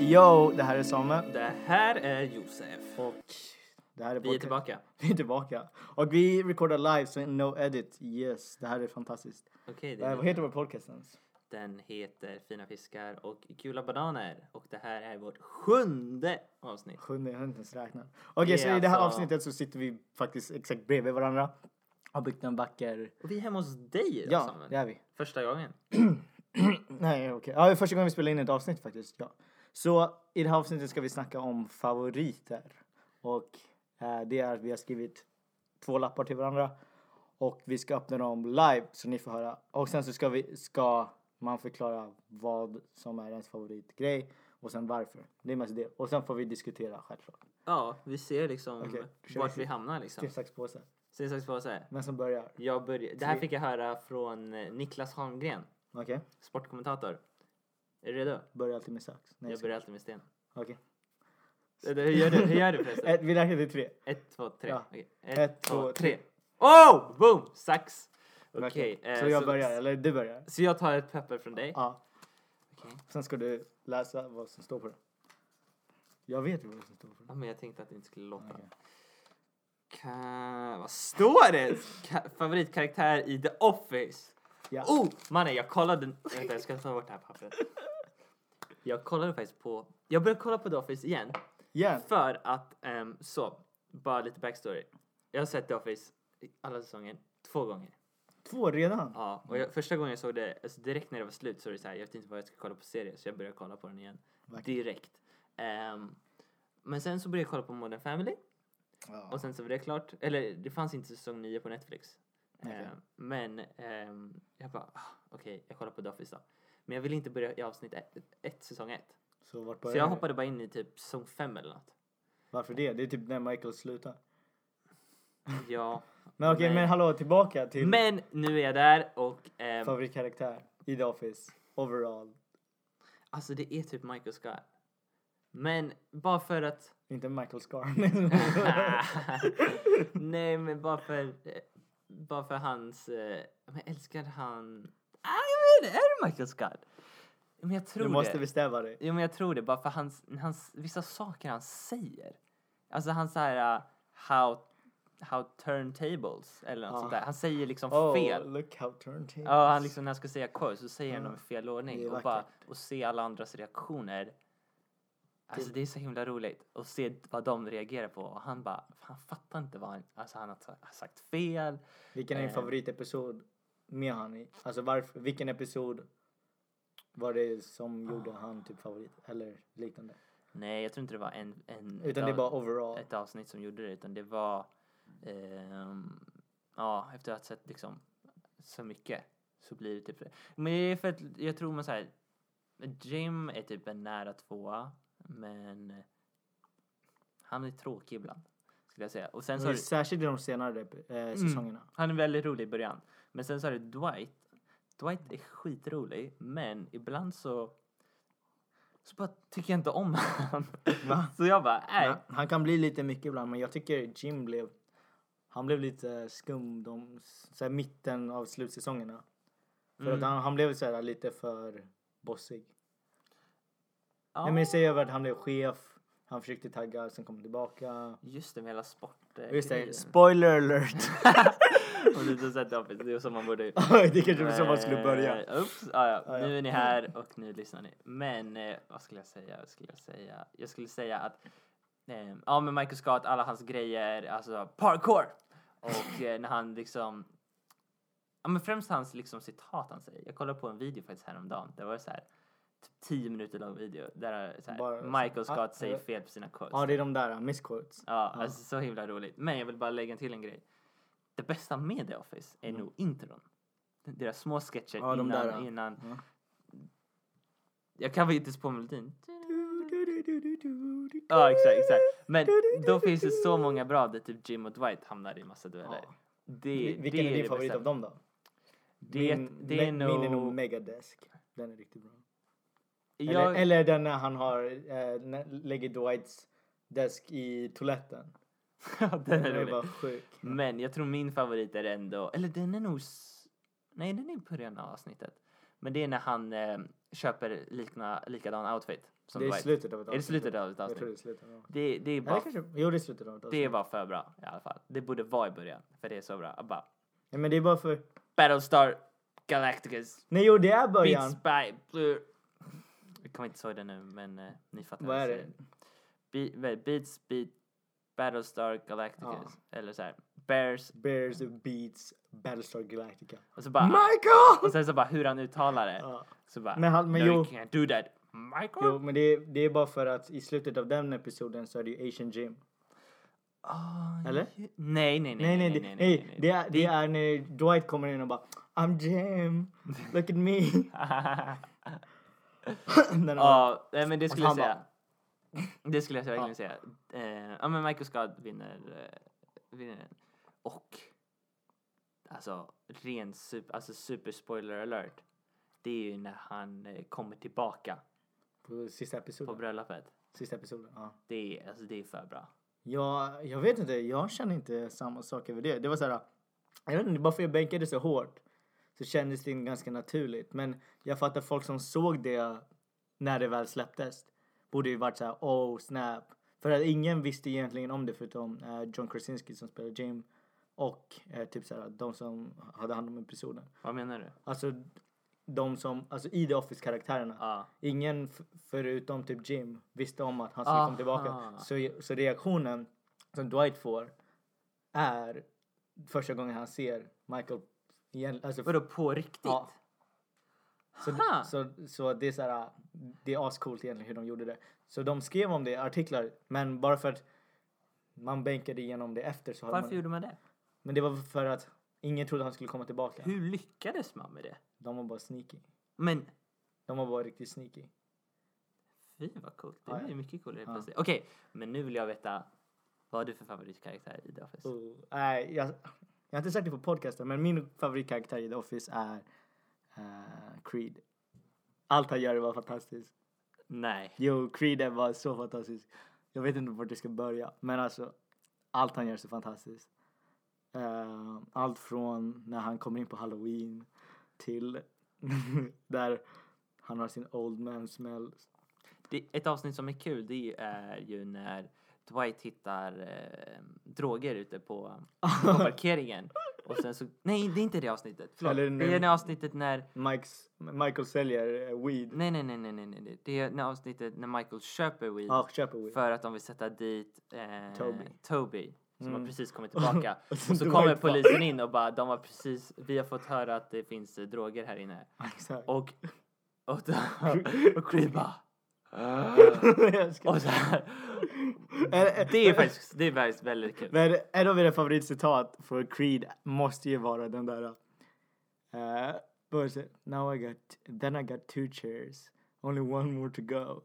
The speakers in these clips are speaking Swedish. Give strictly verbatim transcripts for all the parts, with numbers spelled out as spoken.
Yo, det här är Samuel. Det här är Josef. Och det här är vi är tillbaka. Vi är tillbaka. Och vi recordar live, så no edit. Yes, det här är fantastiskt. Okej, Okay, uh, vad heter vår podcast ens? Den heter Fina fiskar och kula bananer. Och det här är vårt sjunde avsnitt. Sjunde, jag har inte ens räknat. Okej, okay, så alltså... i det här avsnittet så sitter vi faktiskt exakt bredvid varandra. Har byggt en vacker... Och vi är hemma hos dig idag, ja, Samuel. det är vi. Första gången. Nej, okej. Okay. Ja, första gången vi spelar in ett avsnitt faktiskt, ja. Så i det här avsnittet ska vi snacka om favoriter. Och eh, det är att vi har skrivit två lappar till varandra. Och vi ska öppna dem live så ni får höra. Och sen så ska, vi, ska man förklara vad som är ens favoritgrej. Och sen varför. Det är mest det. Och sen får vi diskutera självklart. Ja, vi ser liksom okay. vart vi, vi hamnar liksom. Sten, sax, påse. Sten, sax, påse. Vem som börjar? Jag börjar. Det här fick jag höra från Niklas Holmgren. Okej. Okay. Sportkommentator. Är du redo? Börjar alltid med sax. Nej, jag börjar alltid med sten. Okej. Okay. Hur gör du, hur gör du förresten? Ett, vi räknar till tre. Ett, två, tre. Ja. Okay. Ett, Ett, två, tre. tre. Oh! Boom! Sax! Okej. Okay. Okay. Så uh, jag så, börjar, eller du börjar? Så jag tar ett papper från dig? Ja. Okej. Okay. Sen ska du läsa vad som står på det. Jag vet ju vad som står på det. Ja, men jag tänkte att det inte skulle låta. Okay. Ka- vad står det? Ka- favoritkaraktär i The Office. Ja. Oh! Mannen, jag kollade... Vänta, jag ska ta bort det här pappret. Jag kollade faktiskt på... Jag började kolla på The Office igen. Yeah. För att... Um, så, bara lite backstory. Jag har sett The Office alla säsonger två gånger. Två redan? Ja, och jag, första gången jag såg det... Alltså direkt när det var slut så var det så här... Jag vet inte vad jag ska kolla på serie. Så jag började kolla på den igen. Verkligen. Direkt. Um, men sen så började jag kolla på Modern Family. Oh. Och sen så var det klart. Eller det fanns inte säsong nio på Netflix. Okay. Uh, men um, jag bara... Ah, Okej, okay, jag kollar på The Office då. Men jag ville inte börja i avsnitt ett, ett säsong ett. Så, vart så jag hoppade bara in i typ säsong fem eller något. Varför det? Det är typ när Michael slutar. Ja. Men okej, okay, men... men hallå, tillbaka till... Men nu är jag där och... Um... favoritkaraktär i The Office, overall. Alltså det är typ Michael Scott. Men bara för att... Inte Michael Scott. Nej, men bara för... Bara för hans... Men älskar han... Ah, jag vet inte, är det Michael Scott? Men jag tror du måste det. bestämma dig. Jo, men jag tror det. Bara för hans, hans... Vissa saker han säger. Alltså han säger... Uh, how... How turntables. Eller något ah. sånt där. Han säger liksom oh, fel. Look how turntables. Ja, han liksom när han ska säga quote så säger han ah. dem i fel ordning. Och bara... Och se alla andras reaktioner... Alltså det är så himla roligt att se vad de reagerar på. Och han bara, han fattar inte vad han, alltså han har sagt fel. Vilken är din eh. favoritepisod med han i? Alltså varför, vilken episod var det som oh. gjorde han typ favorit? Eller liknande? Nej, jag tror inte det var en... en utan det var overall. Ett avsnitt som gjorde det. Utan det var, eh, ja, efter att ha sett liksom så mycket så blir det typ... Men det är för att jag tror man så här, Jim är typ en nära tvåa. Men han är tråkig ibland, skulle jag säga. Och sen så har du, särskilt i de senare eh, säsongerna. Mm, han är väldigt rolig i början. Men sen så har du Dwight. Dwight är skitrolig. Men ibland så Så bara tycker jag inte om han. Va? Så jag bara, nej. Ja, han kan bli lite mycket ibland. Men jag tycker Jim blev Han blev lite skum de, så här, mitten av slutsäsongerna. För mm. att han, han blev så här, lite för bossig. Ja. Nej, men jag säger att han blev chef. Han försökte tagga, sen kom tillbaka. Just det, med hela sport. Just det, spoiler alert. Och du har sett det, det är som man borde... Det kanske var så man skulle börja. Ups, ah, ja. Nu är ni här och nu lyssnar ni. Men, eh, vad skulle jag säga? Vad skulle jag säga? Jag skulle säga att... Eh, ja, med Michael Scott, alla hans grejer, alltså parkour. Och eh, när han liksom... Ja, men främst hans liksom citat han säger. Jag kollade på en video faktiskt häromdagen. Det var så här... Typ tio minuter lång video där så här, bara, Michael Scott ah, säger fel på sina quotes. Ja, det är de där misquotes. Ja, ah. alltså så himla roligt. Men jag vill bara lägga till en grej. Det bästa med The Office är mm. nog intron. Deras små sketcher ja, innan... De där, innan ja. Jag kan väl inte spå melodin. Ja, ah, exakt, exakt. Men då finns det så många bra där typ Jim och Dwight hamnar i massa dueller. Ja. Det, Vilken det är din favorit bästa. av dem då? Det, min, det är me, nog... Min är nog Megadesk. Den är riktigt bra. Jag... Eller, eller den när han har äh, lägger Dwights desk i toaletten. Ja, den är, den är rolig. bara sjuk. Men jag tror min favorit är ändå... Eller den är nog... Nej, den är i början av avsnittet. Men det är när han... Eh, köper likna, likadan outfit som Det är Dwight. slutet av ett Är det slutet av ett Jag tror avsnitt? det är slutet. Ja. Det, det är Eller bara, kanske, jo, det är slutet av ett det avsnitt. var för bra i alla fall. Det borde vara i början, för det är så bra. Jag bara, Ja, men det är bara för... Battlestar Galacticus Nej, jo, det är början. Beats by Blue. Jag kommer inte säga det nu, men eh, ni fattar Vad är jag det? säger. Be, Beats Beat Battlestar Galacticus. Eller så här, Bears. Bears beats Battlestar Galactica. Och så bara, Michael! och sen så bara hur han uttalar det. Ja. Så bara, Men han- men no, jo- you can't do that. Michael? Jo, men det är, det är bara för att i slutet av den episoden så är det ju Asian Jim. Ah, Eller? ju- Nej, nej, nej, Nej, nej, nej, nej, nej, nej, nej. Det är, det är när Dwight kommer in och bara I'm Jim, look at me. Den har- Ja, nej, men det skulle jag han säga. Det skulle jag verkligen Ja. säga. Eh, ja, men Michael Scott vinner, eh, vinner den. Och alltså ren super, alltså super spoiler alert. Det är ju när han eh, kommer tillbaka På sista på episoden. bröllopet. Sista episoden, ja. Det är, alltså, det är för bra. Ja, jag vet inte, jag känner inte samma sak över det. Det var så här, jag vet inte, bara för jag bänkade så hårt så kändes det ganska naturligt. Men jag fattar folk som såg det när det väl släpptes borde ju varit så här, oh snap. För att ingen visste egentligen om det förutom eh, John Krasinski som spelar Jim och eh, typ så här, de som hade hand om episoden. Vad menar du? Alltså de som, alltså i The Office-karaktärerna. Ja. Ingen f- förutom typ Jim visste om att han skulle komma tillbaka. Aha. Så, så reaktionen som Dwight får är första gången han ser Michael igen. Alltså, Vadå på riktigt? ja. Så, Aha. så, så det är så här, det är ascoolt egentligen hur de gjorde det. Så de skrev om det i artiklar, men bara för att man bänkade igenom det efter så hade Varför man... gjorde man det? Men det var för att ingen trodde han skulle komma tillbaka. Hur lyckades man med det? De var bara sneaky. Men De var bara riktigt sneaky. fy vad coolt. Det Ja, är ja. mycket coolare Ja. plötsligt. Okej, men nu vill jag veta vad har du för favoritkaraktär i The Office? Oh, nej, jag, jag har inte sagt det på podcasten, men min favoritkaraktär i The Office är uh, Creed. Allt han gör var fantastiskt. Nej. Jo, Creed var så fantastisk. Jag vet inte vart jag ska börja, men alltså allt han gör är så fantastiskt. Eh, allt från när han kommer in på Halloween till där han har sin old man smell. Det, ett avsnitt som är kul, det är ju när Dwight hittar eh, droger ute på, på parkeringen. Och sen så, nej det är inte det avsnittet. Förlåt. Eller när- Det är det avsnittet när, Mike's, Michael säljer uh, weed. nej nej nej nej nej nej. Det är det avsnittet när Michael köper weed. Ja, köper weed. För att de vill sätta dit eh, Toby. Toby som Mm. har precis kommit tillbaka. Och och så så Dwight kommer bara- polisen in och bara, de har precis, vi har fått höra att det finns eh, droger här inne. Exakt. Och, och, då, och Creed bara, Jag ska- och så här. Är- Det är faktiskt, det är faktiskt väldigt kul. Men en av mina favoritcitat för Creed måste ju vara den där. Uh, what was it? Now I got, then I got two chairs. Only one more to go.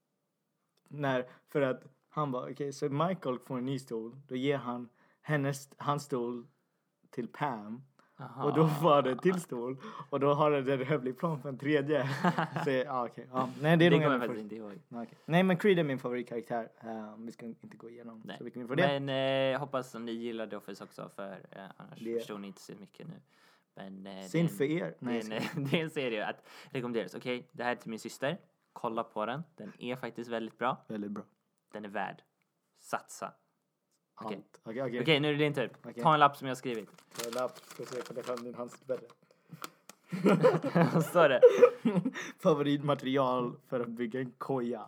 När, för att han bara, okej, okay, så Michael får en ny stol. Då ger han hennes, hans stol till Pam. Aha. Och då får han en till stol. Och då har den en hövlig plan för en tredje. Så, ja, okej. Ja, nej, det är Det nog kommer en jag för- faktiskt inte ihåg. Ja, okej. Nej, men Creed är min favoritkaraktär. Uh, vi ska inte gå igenom Nej. så mycket mer för det. Men eh, jag hoppas att ni gillar The Office också, för eh, annars Det- förstår ni inte så mycket nu. Men eh, Synd det är för en- er. Det Nej, är, en, det är en serie att rekommenderas. Okej, det här är till min syster. Kolla på den. Den är faktiskt väldigt bra. väldigt bra. Den är värd. Satsa. Okej. Allt. Okej, okej. Okej, nu är det din tur. Okej. Ta en lapp som jag har skrivit. Ta en lapp. Ska se, kan jag fram din handskbädde. Vad står det? Favoritmaterial för att bygga en koja.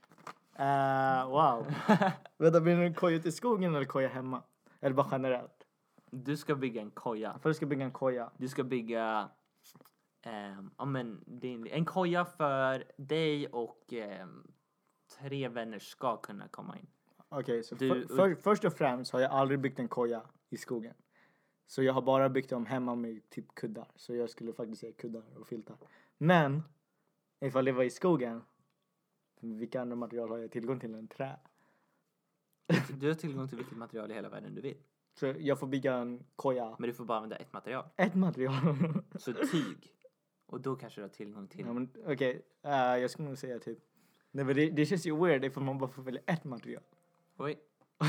Uh, wow. Vänta, blir det en koja ute i skogen eller koja hemma? Eller bara generellt? Du ska bygga en koja. För att ska bygga en koja. Du ska bygga ehm, ja, men, din, en koja för dig och ehm, tre vänner ska kunna komma in. Okej, så Du- för, för, först och främst har jag aldrig byggt en koja i skogen. Så jag har bara byggt dem hemma med typ kuddar. Så jag skulle faktiskt säga kuddar och filtar. Men ifall det var i skogen, vilka andra material har jag tillgång till än trä? Du har tillgång till vilket material i hela världen du vill. Så jag får bygga en koja. Men du får bara använda ett material. Ett material. Så tyg. Och då kanske du har tillgång till... Ja, men okej, eh, jag skulle nog säga typ. Nej, men det, det känns ju weird ifall man bara får välja ett material. Oj.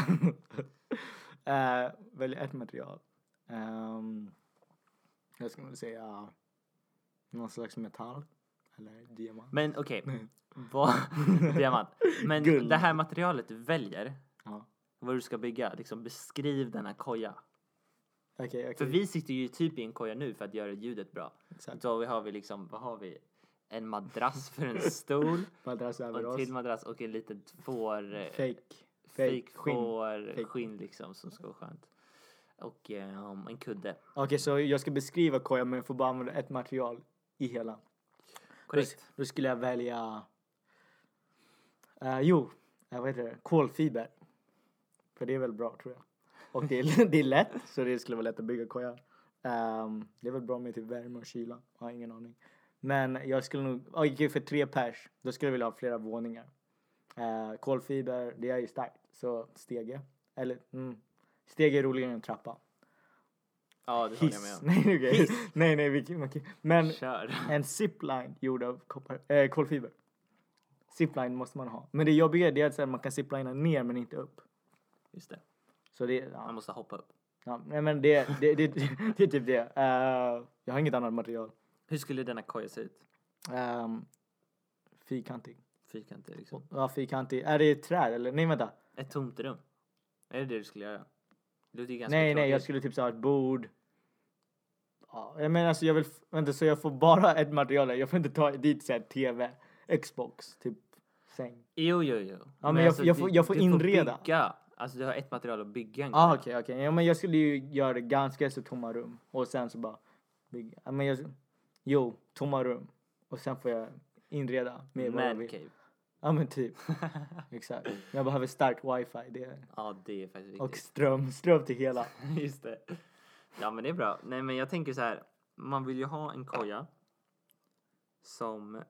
uh, välja ett material. Um, jag skulle nog säga någon slags metall. Eller diamant. Men okej, Nej. vad... diamant. Men Guld. det här materialet du väljer, Ja. vad du ska bygga, liksom beskriv denna koja. Okej, okej. För vi sitter ju typ i en koja nu för att göra ljudet bra. Exakt. Så vi har vi liksom, vad har vi? En madrass för en stol. Madrass Och över en oss. till madrass och en liten får... eh, Fake. Fake skinn. får, Fake. skinn liksom som ska vara skönt. Och um, en kudde. Okej, så jag ska beskriva koja men jag får bara använda ett material i hela. Korrekt. Då, då skulle jag välja... Uh, jo, uh, vad heter det? Kolfiber. För det är väl bra tror jag. Och det är, det är lätt, så det skulle vara lätt att bygga koja. Um, det är väl bra med typ värme och kyla. Jag har ingen aning. Men jag skulle nog... Okej, för tre pers. Då skulle jag vilja ha flera våningar. Uh, kolfiber, det är ju starkt. Så stege. Eller, mm. Stege är roligare än trappa. Ja, det håller jag med Hiss. om. Nej, okay. nej, nej, vi, okay. Men Kör. en zipline gjord av koppar, äh, kolfiber. Zipline måste man ha. Men det jobbiga är att så här, man kan ziplina ner men inte upp. Just det. Så det, ja. Man måste hoppa upp. Ja, nej, men det, det, det, det är typ det. Uh, jag har inget annat material. Hur skulle denna koja se ut? Um, fyrkantig. Fyrkantig liksom. Ja, fyrkantig. Är det ett träd eller? Nej, vänta. Ett tomt rum. Är det det du skulle göra? Det låter ju ganska Nej, nej, jag tråkigt. skulle typ så ha ett bord. Ja, jag menar alltså jag vill, vänta, så jag får bara ett material. Jag får inte ta dit så här tv, Xbox, typ säng. Jo, jo, jo. Ja, men jag- jag får- du- jag får du inreda. Får bygga. Alltså du har ett material att bygga en Ah, koja. okej, okej. Ja, men jag skulle ju göra det ganska så tomma rum. Och sen så bara bygga. Ja, men jag, jo, tomma rum. Och sen får jag inreda med vad jag Man vill. cave. Ja, men typ. Exakt. Jag behöver stark wifi. Det är, Ja, det är faktiskt och viktigt. ström. Ström till hela. Just det. Ja, men det är bra. Nej, men jag tänker så här. Man vill ju ha en koja som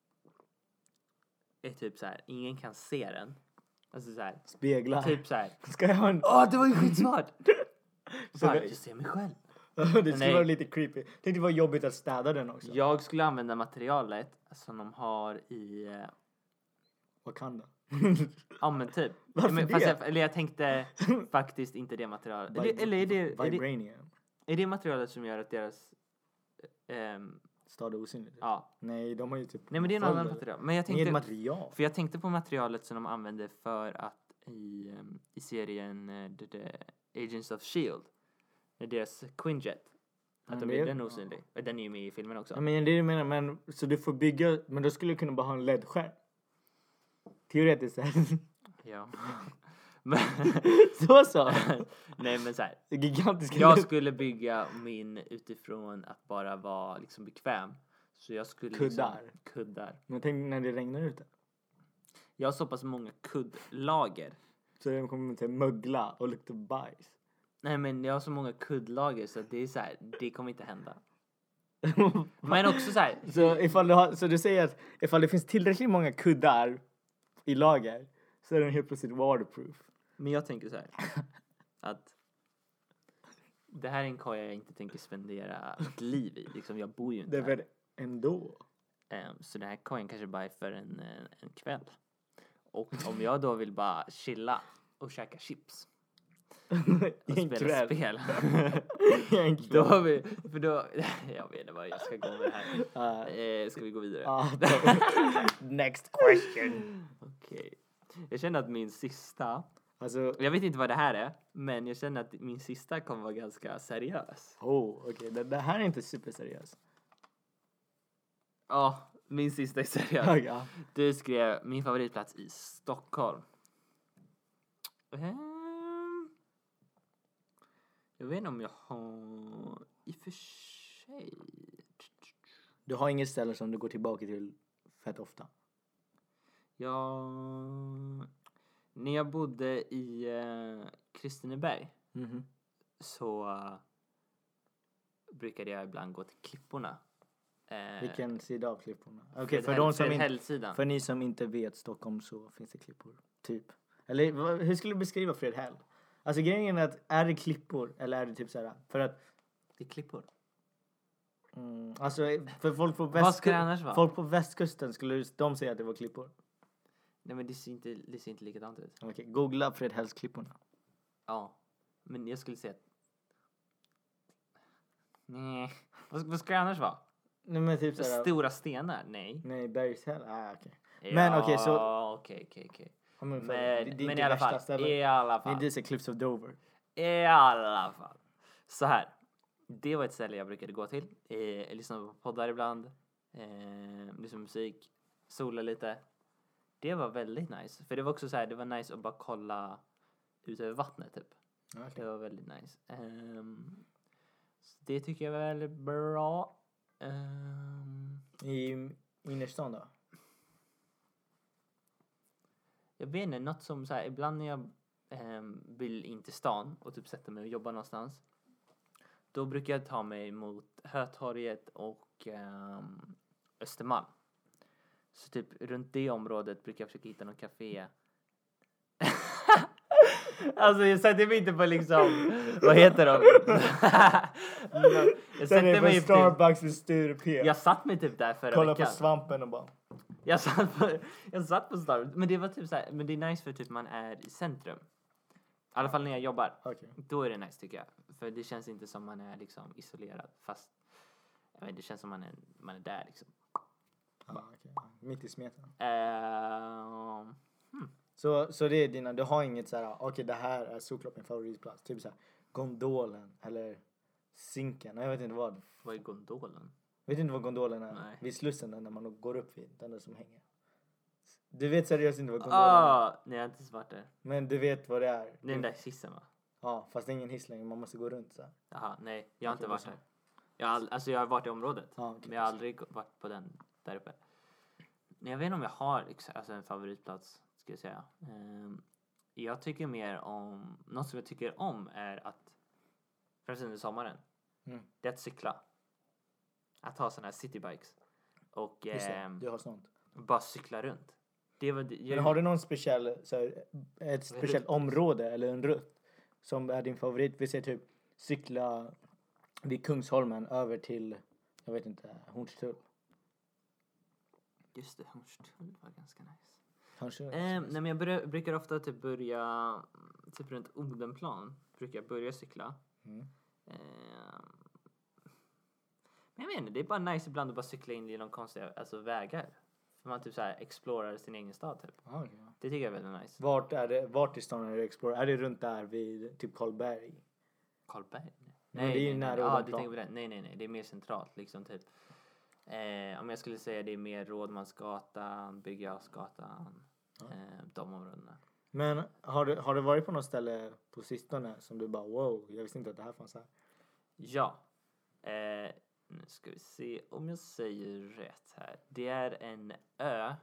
är typ så här. Ingen kan se den. Alltså så här. Speglar. Typ så här. Ska jag ha en... Åh, det var ju skitsmart! Så Fan, det- jag ser mig själv. det skulle Nej. vara lite creepy. Tänk det var jobbigt att städa den också. Jag skulle använda materialet som de har i... eh, Wakanda. Ja, men typ. Varför men, det? fast jag, eller jag tänkte faktiskt inte det materialet. Eller, eller är, det, är, det, Vibranium. är det materialet som gör att deras... ehm, Stad osynligt. ja. Nej, de har ju typ... Nej, men det är något annat Folder. material. Men jag Inget tänkte... material. För jag tänkte på materialet som de använde för att i, ehm, i serien eh, the, the Agents of Shield. När deras Quinjet. Att Men de det- gjorde den osynlig. Och den är ju med i filmen också. Ja, men det är det jag menar, men så du får bygga, men då skulle du kunna bara ha en L E D-skärm. Teoretiskt sett. Ja. Men, Så så. nej, men så här. Gigantiska Jag L E D. skulle bygga min utifrån att bara vara liksom bekväm. Så jag skulle Kuddar. Liksom, kuddar. Men tänk när det regnar ute. Jag har så pass många kuddlager. Så det kommer till mögla och lukta bajs. Nej, men jag har så många kuddlager så att det är så här, det kommer inte hända. Men också så här. så, ifall du har, så du säger att ifall det finns tillräckligt många kuddar i lager så är den helt plötsligt waterproof. Men jag tänker så här. Att det här är en koja jag inte tänker spendera ett liv i. Liksom, jag bor ju inte Det är här. väl ändå. Ehm, så den här kojan kanske bara är för en, en, en kväll. Och om jag då vill bara chilla och käka chips och I en spela kväll. spel. I en Då kväll. har vi, för då, jag vet inte vad jag ska gå med det här. Ah, Eh, ska vi gå vidare? ah, next question. Okej. Jag känner att min sista, Alltså, jag vet inte vad det här är, men jag känner att min sista kommer vara ganska seriös. oh, okej. Det, det här är inte superseriöst. Ja, min sista är seriös. Ja. Du skrev min favoritplats i Stockholm. Ehm, jag vet inte om jag har i och för sig. Du har inget ställe som du går tillbaka till fett ofta. Jag, när jag bodde i uh, Kristineberg Mhm. så uh, brukade jag ibland gå till Klipporna. Eh, Vilken sida av klipporna? Okej, för, Fredhäll- de som inte, Fredhällsidan. för ni som inte vet Stockholm så finns det klippor. Typ. Eller vad- hur skulle du beskriva Fredhäll? Alltså grejen är att är det klippor eller är det typ så här för att Det är Klippor. mm, alltså för folk på Vad ska det västkusten annars vara? folk på västkusten skulle de säga att det var klippor. Nej, men det ser inte, det ser inte likadant ut. Okej, googla Fredhällsklipporna. Ja, men jag skulle säga att... Nej, vad, vad ska det annars vara? Nej men typ Så såhär. stora stenar? Nej. Nej, bergshäll. Ah, okej. Ja, Men okej, så- Okej, okej, okej. Ja, men, för- Men, det- det är men inte i alla värsta fall. stället. I alla Det är fall. inte så Cliffs of Dover. I alla fall. Så här. Det var ett ställe jag brukade gå till. Eh, lyssna på poddar ibland. Eh, lyssna på musik. Sola lite. Det var väldigt nice. För det var också så här, det var nice att bara kolla ut över vattnet typ. Okay. Det var väldigt nice. Um, så det tycker jag var väldigt bra. Um, I innerstan då? jag vet inte, något som så här, ibland när jag um, vill in till stan och typ sätta mig och jobba någonstans. Då brukar jag ta mig mot Hötorget och um, Östermalm. Så typ runt det området brukar jag försöka hitta någon café. Alltså jag sätter mig inte på liksom, vad heter de? jag sätter mig typ- Starbucks i Sturepé. Jag satt mig typ där förra Kolla veckan. på svampen och bara. Jag satt på, jag satt på Starbucks. Men det var typ så här, men det är nice för typ man är i centrum. I alla fall när jag jobbar. Okay. Då är det nice tycker jag. För det känns inte som man är liksom isolerad. Fast, jag vet, det känns som man är, man är där liksom. Ah, okay. Mitt i smeten. Uh, hmm. Så, så det är dina, du har inget så här, okej okay, det här är såklart min favoritplats. Typ så här, gondolen eller Zinken. Jag vet inte vad. Vad är gondolen? Vet inte vad gondolen är? Nej. Vid Slussen där när man går upp vid, den där som hänger. Du vet seriöst inte vad gondolen Ah, är. nej jag har inte svart där. Men du vet vad det är. Det är den där hissen va? Ja, fast det är ingen hiss längre, man måste gå runt så här. Jaha, nej jag har Okej, inte varit så. där. Jag har, all, alltså jag har varit i området. Ja, okej, men jag har så. aldrig varit på den där uppe. Nej, jag vet inte om jag har liksom, alltså en favoritplats ska jag säga. Um, jag tycker mer om, något som jag tycker om är att, främst under sommaren, Mm. det är att cykla. Att ha sådana här citybikes. Och Just det, ehm, du har sånt. bara cykla runt. Det var, det, jag, Men har du någon speciell, så här, ett speciellt område eller en rutt som är din favorit? Vi ser typ cykla vid Kungsholmen över till, jag vet inte, Hornstull. Just det, Hornstull var ganska nice. Kanske. Ehm, nej men jag börjar, brukar ofta typ börja, typ runt Odenplan, brukar jag börja cykla. Mm. Ehm, men jag vet inte, det är bara nice ibland att bara cykla in i någon konstiga alltså, vägar. För man typ så här explorar sin egen stad typ. Ah, okay. Det tycker jag är väldigt nice. Vart är det, vart i stan är det Explorer? Är det runt där vid typ Karlberg? Karlberg? Men det är ju nära Ja, Odenplan. du tänker på det. Nej, nej, nej. Det är mer centralt liksom typ. Eh, om jag skulle säga det är mer Rådmansgatan, Birger-Jarlsgatan, Ja. eh, de områdena. Men har du, har du varit på något ställe på sistone som du bara wow, jag visste inte att det här fanns här. Ja. Eh, nu ska vi se om jag säger rätt här. Det är en ö.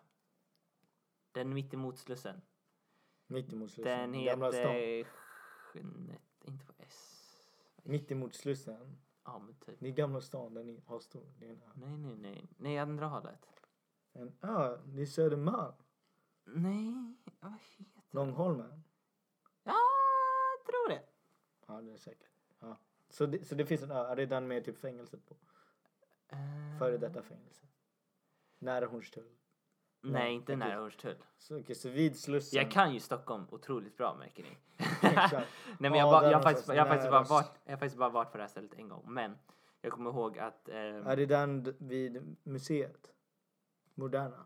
Den mitt emot Slussen. Mitt emot Slussen. Den Gamla stan. heter... Jeanette, inte på S. Mitt emot Slussen. Ja, men typ. Det är Gamla stan där ni har stor. Det är en ö. Nej, nej, nej. Nej, andra hållet. En ö? Det är Södermalm. Nej, vad heter det? Långholmen. Ja, jag tror det. Ja, det är säkert. Ja. Så, det, så det finns en ö. Är det den med typ fängelset på? Eh, Före detta fängelse. Nära Hornstull. Nej, Nej, inte okej. nära Hornstull. Så, okay, så vid Slussen. Jag kan ju Stockholm otroligt bra, märker ni. Exakt. Nej, men jag, Ja, bara, där jag, har någonstans faktiskt, jag, har faktiskt bara nära- varit, jag har faktiskt bara varit på det här stället en gång. Men jag kommer ihåg att... ehm, Är det den d- vid museet? Moderna?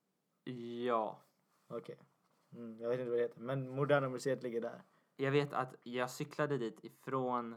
ja, Okej. Mm, jag vet inte vad det heter. Men Moderna museet ligger där. jag vet att jag cyklade dit ifrån...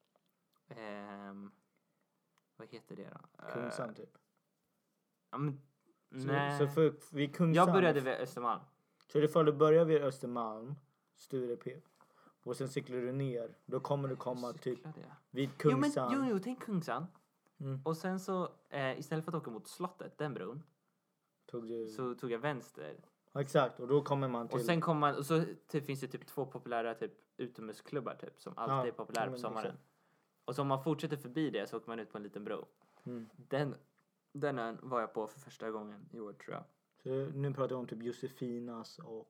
ehm, vad heter det då? Kungsan Eh, typ. ja, men, Så, nej. så för, vid Kungsan. Jag började vid Östermalm. Så ifall du börjar vid Östermalm, Sturepé. Och sen cyklar du ner. Då kommer du komma typ Cyklade jag? vid Jo, men, Kungsan. jo, jo, tänk Kungsan. Mm. Och sen så, eh, istället för att åka mot slottet, den bron, Tog du... så tog jag vänster. Ja, exakt. Och då kommer man till... Och sen kommer man, och så typ, finns det typ två populära typ utomhusklubbar typ, som alltid Ja, är populära ja, på men sommaren. exakt. Och så om man fortsätter förbi det så åker man ut på en liten bro. Mm. Den, den ön var jag på för första gången i år tror jag. Så nu pratar vi om typ Josefinas och...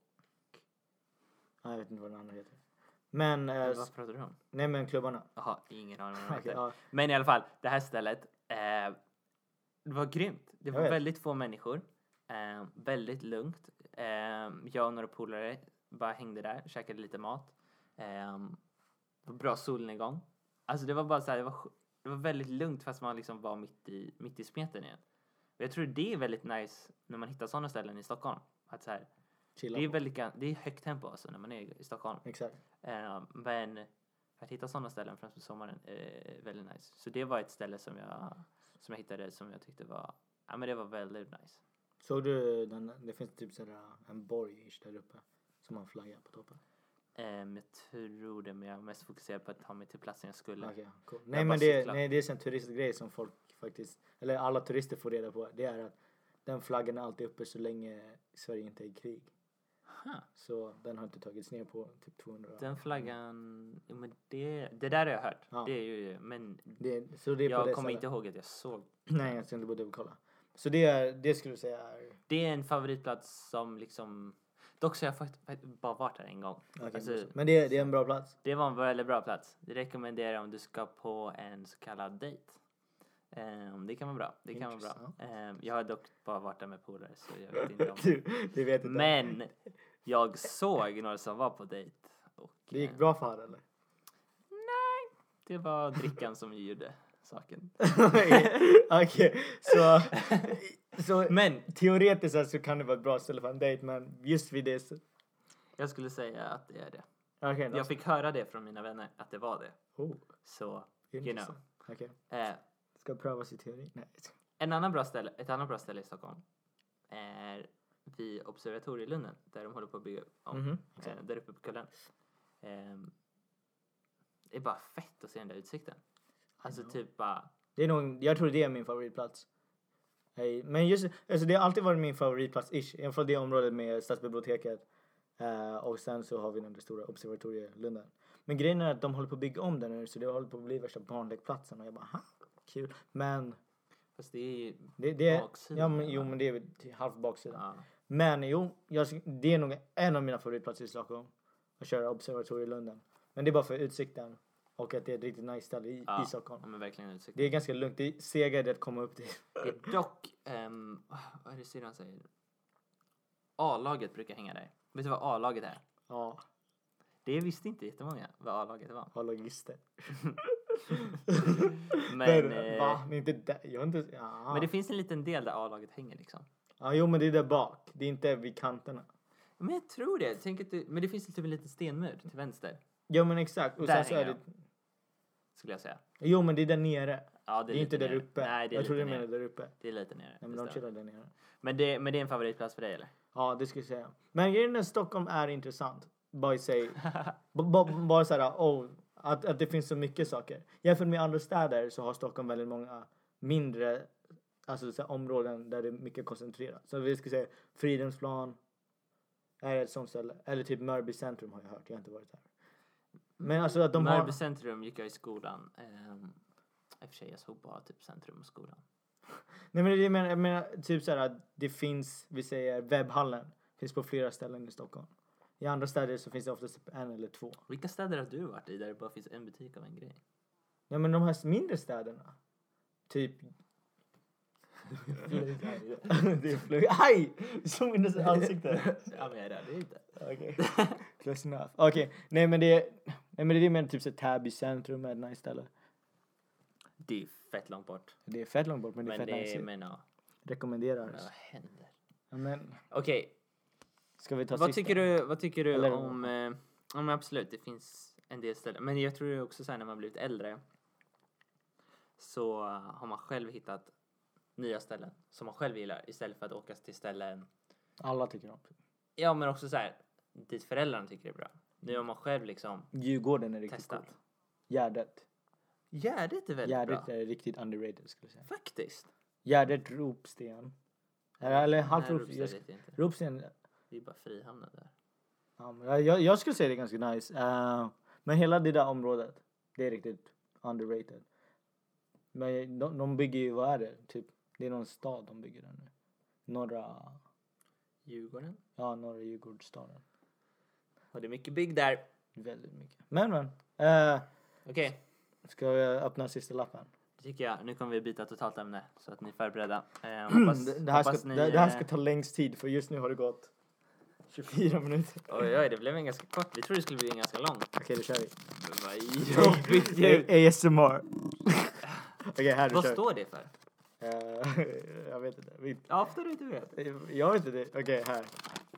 Ja, jag vet inte vad den andra heter. Men... Eh, Vad pratar du om? nej men klubbarna. Jaha, ingen aning vad de Okej, heter. ja. Men i alla fall, det här stället, eh, det var grymt. Det Jag var vet. väldigt få människor. Eh, väldigt lugnt. Eh, jag och några polare bara hängde där, käkade lite mat. Eh, det var bra solnedgång. Alltså det var bara så här, det var, sj- det var väldigt lugnt fast man liksom var mitt i, mitt i smeten igen. Och jag tror det är väldigt nice när man hittar sådana ställen i Stockholm. Att så här, Chilla det är på. väldigt gan- det är högt tempo alltså när man är i Stockholm. Exakt. Eh, men att hitta sådana ställen främst på sommaren är väldigt nice. Så det var ett ställe som jag, som jag hittade som jag tyckte var, ja men det var väldigt nice. Såg du den, det finns typ sådär en borg där uppe som har flagga på toppen. Um, jag tror det, men jag är mest fokuserad på att ta mig till platsen jag skulle. Okay, cool. Jag Nej bara men det, cyklar. nej, det är en turistgrej som folk faktiskt, eller alla turister får reda på. Det är att den flaggan är alltid uppe så länge Sverige inte är i krig. Huh. Så den har inte tagits ner på typ tvåhundra år. Den flaggan, ja, men det, det där har jag hört. Ja. Det är ju, men Det, så det är på jag det kommer stället. inte ihåg att jag såg. Nej, jag ska inte både kolla. Så det är, det skulle du säga är... Det är en favoritplats som liksom, dock så har jag faktiskt bara varit där en gång. Okay, Alltså, men det, det är en bra plats. Det var en väldigt bra plats. Det rekommenderar jag om du ska på en så kallad dejt. Um, det kan vara bra. Det kan vara bra. Um, jag har dock bara varit där med polare så jag vet inte om du, du vet inte. Men jag såg några som var på dejt. Och, Det gick eh, bra för eller? Nej, det var drickan som gjorde saken. Okej, så, så Men teoretiskt sett så kan det vara ett bra ställe för en dejt, men just vid det så... jag skulle säga att det är det. Okej, då. Jag fick höra det från mina vänner att det var det. Oh, Så, you know. intressant. Okej. Eh, Ska prövas i teori? Nej. en annan bra ställe, ett annat bra ställe i Stockholm är vid Observatorielunden där de håller på att bygga om. Mhm, eh, exakt. där uppe på kullen. Eh, det är bara fett att se den där utsikten. Alltså know. typ bara, Det är nog, jag tror det är min favoritplats. Hej. Men just, alltså det har alltid varit min favoritplats ish. I alla fall det området med stadsbiblioteket. Uh, och sen så har vi den där stora observatorielunden. Men grejen är att de håller på att bygga om den nu, så det håller på att bli värsta barnlekplatsen. Och jag bara, ha, kul. Men fast det är ju det, det baksidan, ja, men, jo va? men det är väl till halvt baksidan. ja. Men jo, jag, det är nog en av mina favoritplatser i Stockholm. Att köra observatorielunden. Men det är bara för utsikten. Och att det är ett riktigt nice ställe i, Ja, i Stockholm. ja, men verkligen utsikten. Det är ganska lugnt. Det är segare att komma upp dit. Det är dock, ehm, vad är det syrran säger? A-laget brukar hänga där. Vet du vad A-laget är? Ja, Det visste inte jättemånga vad A-laget var. ha logister. Men, Men, eh, va? Men inte där. Jag har inte... Ja. men det finns en liten del där A-laget hänger liksom. Ja, jo men det är där bak. Det är inte vid kanterna. Men jag tror det. Tänk att du, men det finns typ en liten stenmur till vänster. Jo men exakt. Och Där sen så är hänger det... Skulle jag säga. Jo men det är där nere. Ja, Det är, lite inte där nere. uppe. Nej, det är jag tror lite du menar nere. där uppe. Det är lite nere. Nej, men det de stämmer. chillar där nere. Men det, men det är en favoritplats för dig eller? Ja, det skulle jag säga. Men grejen är att Stockholm är intressant. Bara i sig. B- b- bara såhär, oh, att, att det finns så mycket saker. Jämfört med andra städer så har Stockholm väldigt många mindre alltså, så här, områden där det är mycket koncentrerat. Så vi ska säga Fridhemsplan är ett sånt ställe. Eller typ Mörby centrum har jag hört. Jag har inte varit här. Men alltså att de Mörby har... centrum gick jag i skolan. Um, I och för sig jag såg bara typ centrum och skolan. Nej men jag menar, jag menar typ så här att det finns, vi säger webbhallen. Finns på flera ställen i Stockholm. I andra städer så finns det oftast typ en eller två. Vilka städer har du varit i där det bara finns en butik av en grej? Ja men de här mindre städerna. Typ... det är flög. Aj! Som i dess ansikte. Ja men jag är där, det är inte. Okej. Close enough. Okej. Nej men det är... Nej men det är mer typ så Täby centrum är ett nice ställe. Det är fett långt bort. Det är fett långt bort men det är Men fett det nice. är, men ja. Rekommenderar. Men vad händer? Ja, men Okej, ska vi ta vad sista? tycker du, vad tycker du Eller- om... Eh, ja men absolut, det finns en del ställen. Men jag tror också så här när man blivit äldre. Så uh, har man själv hittat nya ställen som man själv gillar. Istället för att åka till ställen. Alla tycker om. Ja men också så här dit föräldrarna tycker det är bra. Nu har man själv liksom Djurgården är riktigt testat. coolt. Gärdet. Gärdet är väldigt Gärdet bra. är riktigt underrated skulle jag säga. Faktiskt. Gärdet, Ropsten. Eller, eller halvt Nej, Ropsten. Ropsten Jag- vet jag inte. Ropsten. Det är bara Frihamnen där. Ja, men jag, jag skulle säga det är ganska nice. Uh, men hela det där området. Det är riktigt underrated. Men de, de bygger ju, vad är det? Typ, det är någon stad de bygger där nu. Norra, Djurgården. ja norra Djurgårdsstaden. Och det är mycket bygg där. Väldigt mycket. Men men. Uh, Okej, ska jag öppna sista lappen? det tycker jag. Nu kommer vi byta totalt ämne så att ni är förberedda. Eh, hoppas, det, det, här hoppas ska, ni, det, det här eh, ska ta längst tid för just nu har det gått tjugofyra minuter. Oj, oj, det blev en ganska kort. Vi tror det skulle bli en ganska lång. Okej, då kör vi. Men vad jobbigt ljud. A S M R. Okej, här du Vad kör. står det för? Eh, jag vet inte. Vi- Ja, för du inte vet. Jag vet inte det. Okej, här.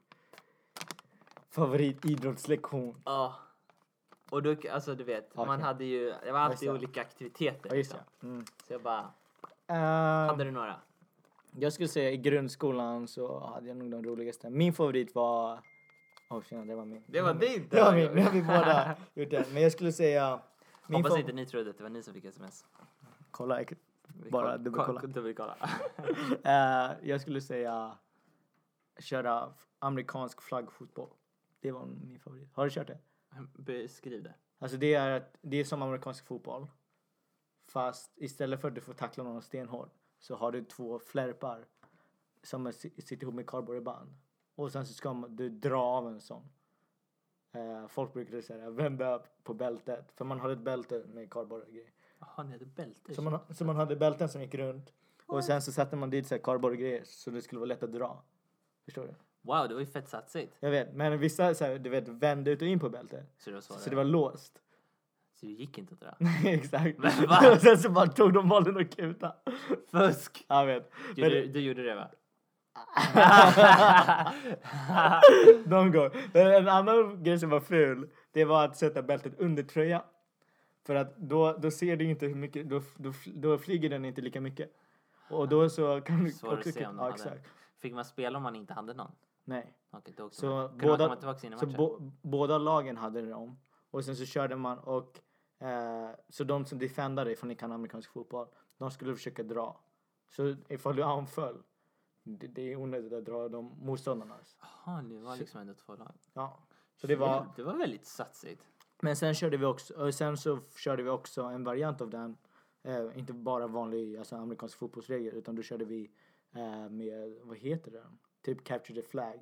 Favoritidrottslektion. Ja. Och då, alltså du vet, man Okej. hade ju, det var alltid Just det. olika aktiviteter. Ja, just Liksom. det. Mm. Så jag bara, Eh, hade du några? Jag skulle säga i grundskolan så hade jag nog de roligaste. Min favorit var... Åh, oh, tjena, det var min. Det var din. Det var min. Nu har vi båda gjort det. Men jag skulle säga... Min Hoppas fav- inte ni trodde att det var ni som fick sms. Kolla, jag... Vi Bara koll- dubbelkolla. koll- Dubbelkolla. Eh, jag skulle säga... Köra amerikansk flaggfotboll. Det var min favorit. Har du kört det? Beskriv det. Alltså det är, ett- det är som amerikansk fotboll. Fast istället för att du får tackla någon stenhårt så har du två flärpar som är, sitter ihop med kardborreband. Och sen så ska man, du dra av en sån. Eh, folk brukar säga vända på bältet. För man hade ett bälte med kardborre och grejer. Jaha, ni hade bälte. Så man, så man hade bälten som gick runt. Och sen så satte man dit så här kardborre och grejer så det skulle vara lätt att dra. Förstår du? Wow, det var ju fett satsigt. Jag vet, men vissa så här, du vet, vände ut och in på bältet. Så det var så, Så det var låst. Så det gick inte att dra. Nej, exakt. Men va? Och sen så bara tog de bollen och kuta. Fusk! Jag vet. Gjorde, du, du gjorde det va? De går. En annan grej som var ful, det var att sätta bältet under tröja. För att då, då ser du inte hur mycket, då, då, då flyger den inte lika mycket. Och då så kan du Svårare att se om de ja, hade. exakt. Fick man spela om man inte hade någon? Nej. Okej, då också. Så Man. Kunde båda- man komma tillbaka in i Så matchen? bo, båda lagen hade dem. Och sen så körde man och eh, så de som defendade, ifall ni kan amerikansk fotboll, de skulle försöka dra. Så ifall du anföll, det, det är onödigt att dra de motståndarnas. Jaha, det var liksom ändå två lag. Ja. Så det var, Det var väldigt satsigt. men sen körde vi också, och sen så körde vi också en variant av den. Eh, inte bara vanlig, alltså amerikansk fotbollsregel, utan då körde vi eh, med, vad heter den? Typ capture the flag.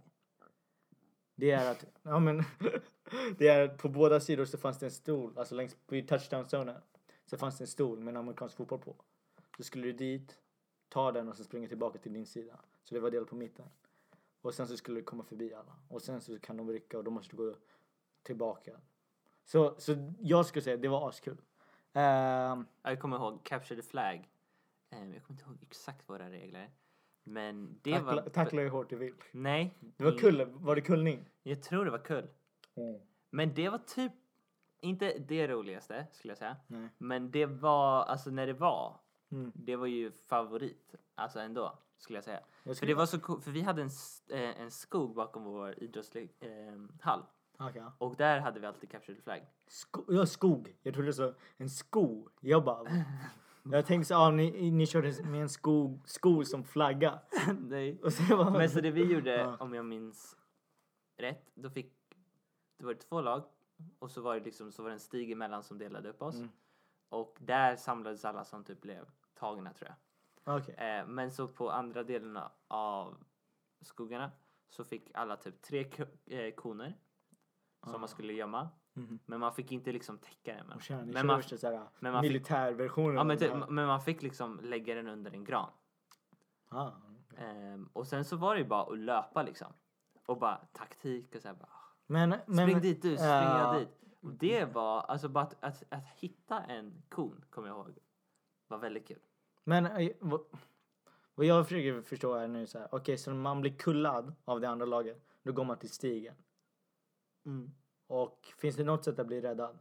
Det är att, ja men, det är att på båda sidor så fanns det en stol, alltså längs på touchdown-zonen så fanns det en stol med en amerikansk fotboll på. Så skulle du dit, ta den och sen springa tillbaka till din sida. Så det var del på mitten. Och sen så skulle du komma förbi alla. Och sen så kan de rycka och då måste du gå tillbaka. Så, så jag skulle säga det var askul. Ehm, Jag kommer ihåg Capture the Flag. Eh, Jag kommer inte ihåg exakt våra regler. Men det tackla, var... tackla hur hårt du vill. Nej. Det var kul, var det kullning? Jag tror det var kul. Mm. Men det var typ inte det roligaste skulle jag säga. Nej. Men det var, alltså när det var, Mm. det var ju favorit. Alltså ändå, skulle jag säga. Jag För skulle, det var så cool, för vi hade en, s- eh, en skog bakom vår idrottshall. Eh, hall. Okej. Och där hade vi alltid Capture the Flag. Sko- ja, skog. Jag trodde så. En sko. Jag bara... Jag tänkte så, ja, ni, ni körde med en sko, sko som flagga. Nej. Och så bara, Men så det vi gjorde, Ja. om jag minns rätt, då fick, det var det två lag. Och så var det liksom, så var det en stig emellan som delade upp oss. Mm. Och där samlades alla som typ blev tagna tror jag. Okej. Eh, men så på andra delarna av skogarna så fick alla typ tre ko- eh, koner som Ah. man skulle gömma. Mhm. Men man fick inte liksom täcka den. Men, Och tjena, ni men, körde man, värsta såhär men man fick- militärversionen. ja, men, av det typ, här. men man fick liksom lägga den under en gran. Ah, Ehm, och sen så var det ju bara att löpa liksom. Och bara taktik och så här bara. men, men, Spring dit du, spring jag ja. dit. Och det var, alltså bara att, att, att hitta en kon, kommer jag ihåg, var väldigt kul. Men eh, vad, vad jag försöker förstå är nu så här. Okej, så när man blir kullad av det andra laget, då går man till stigen. Och finns det något sätt att bli räddad?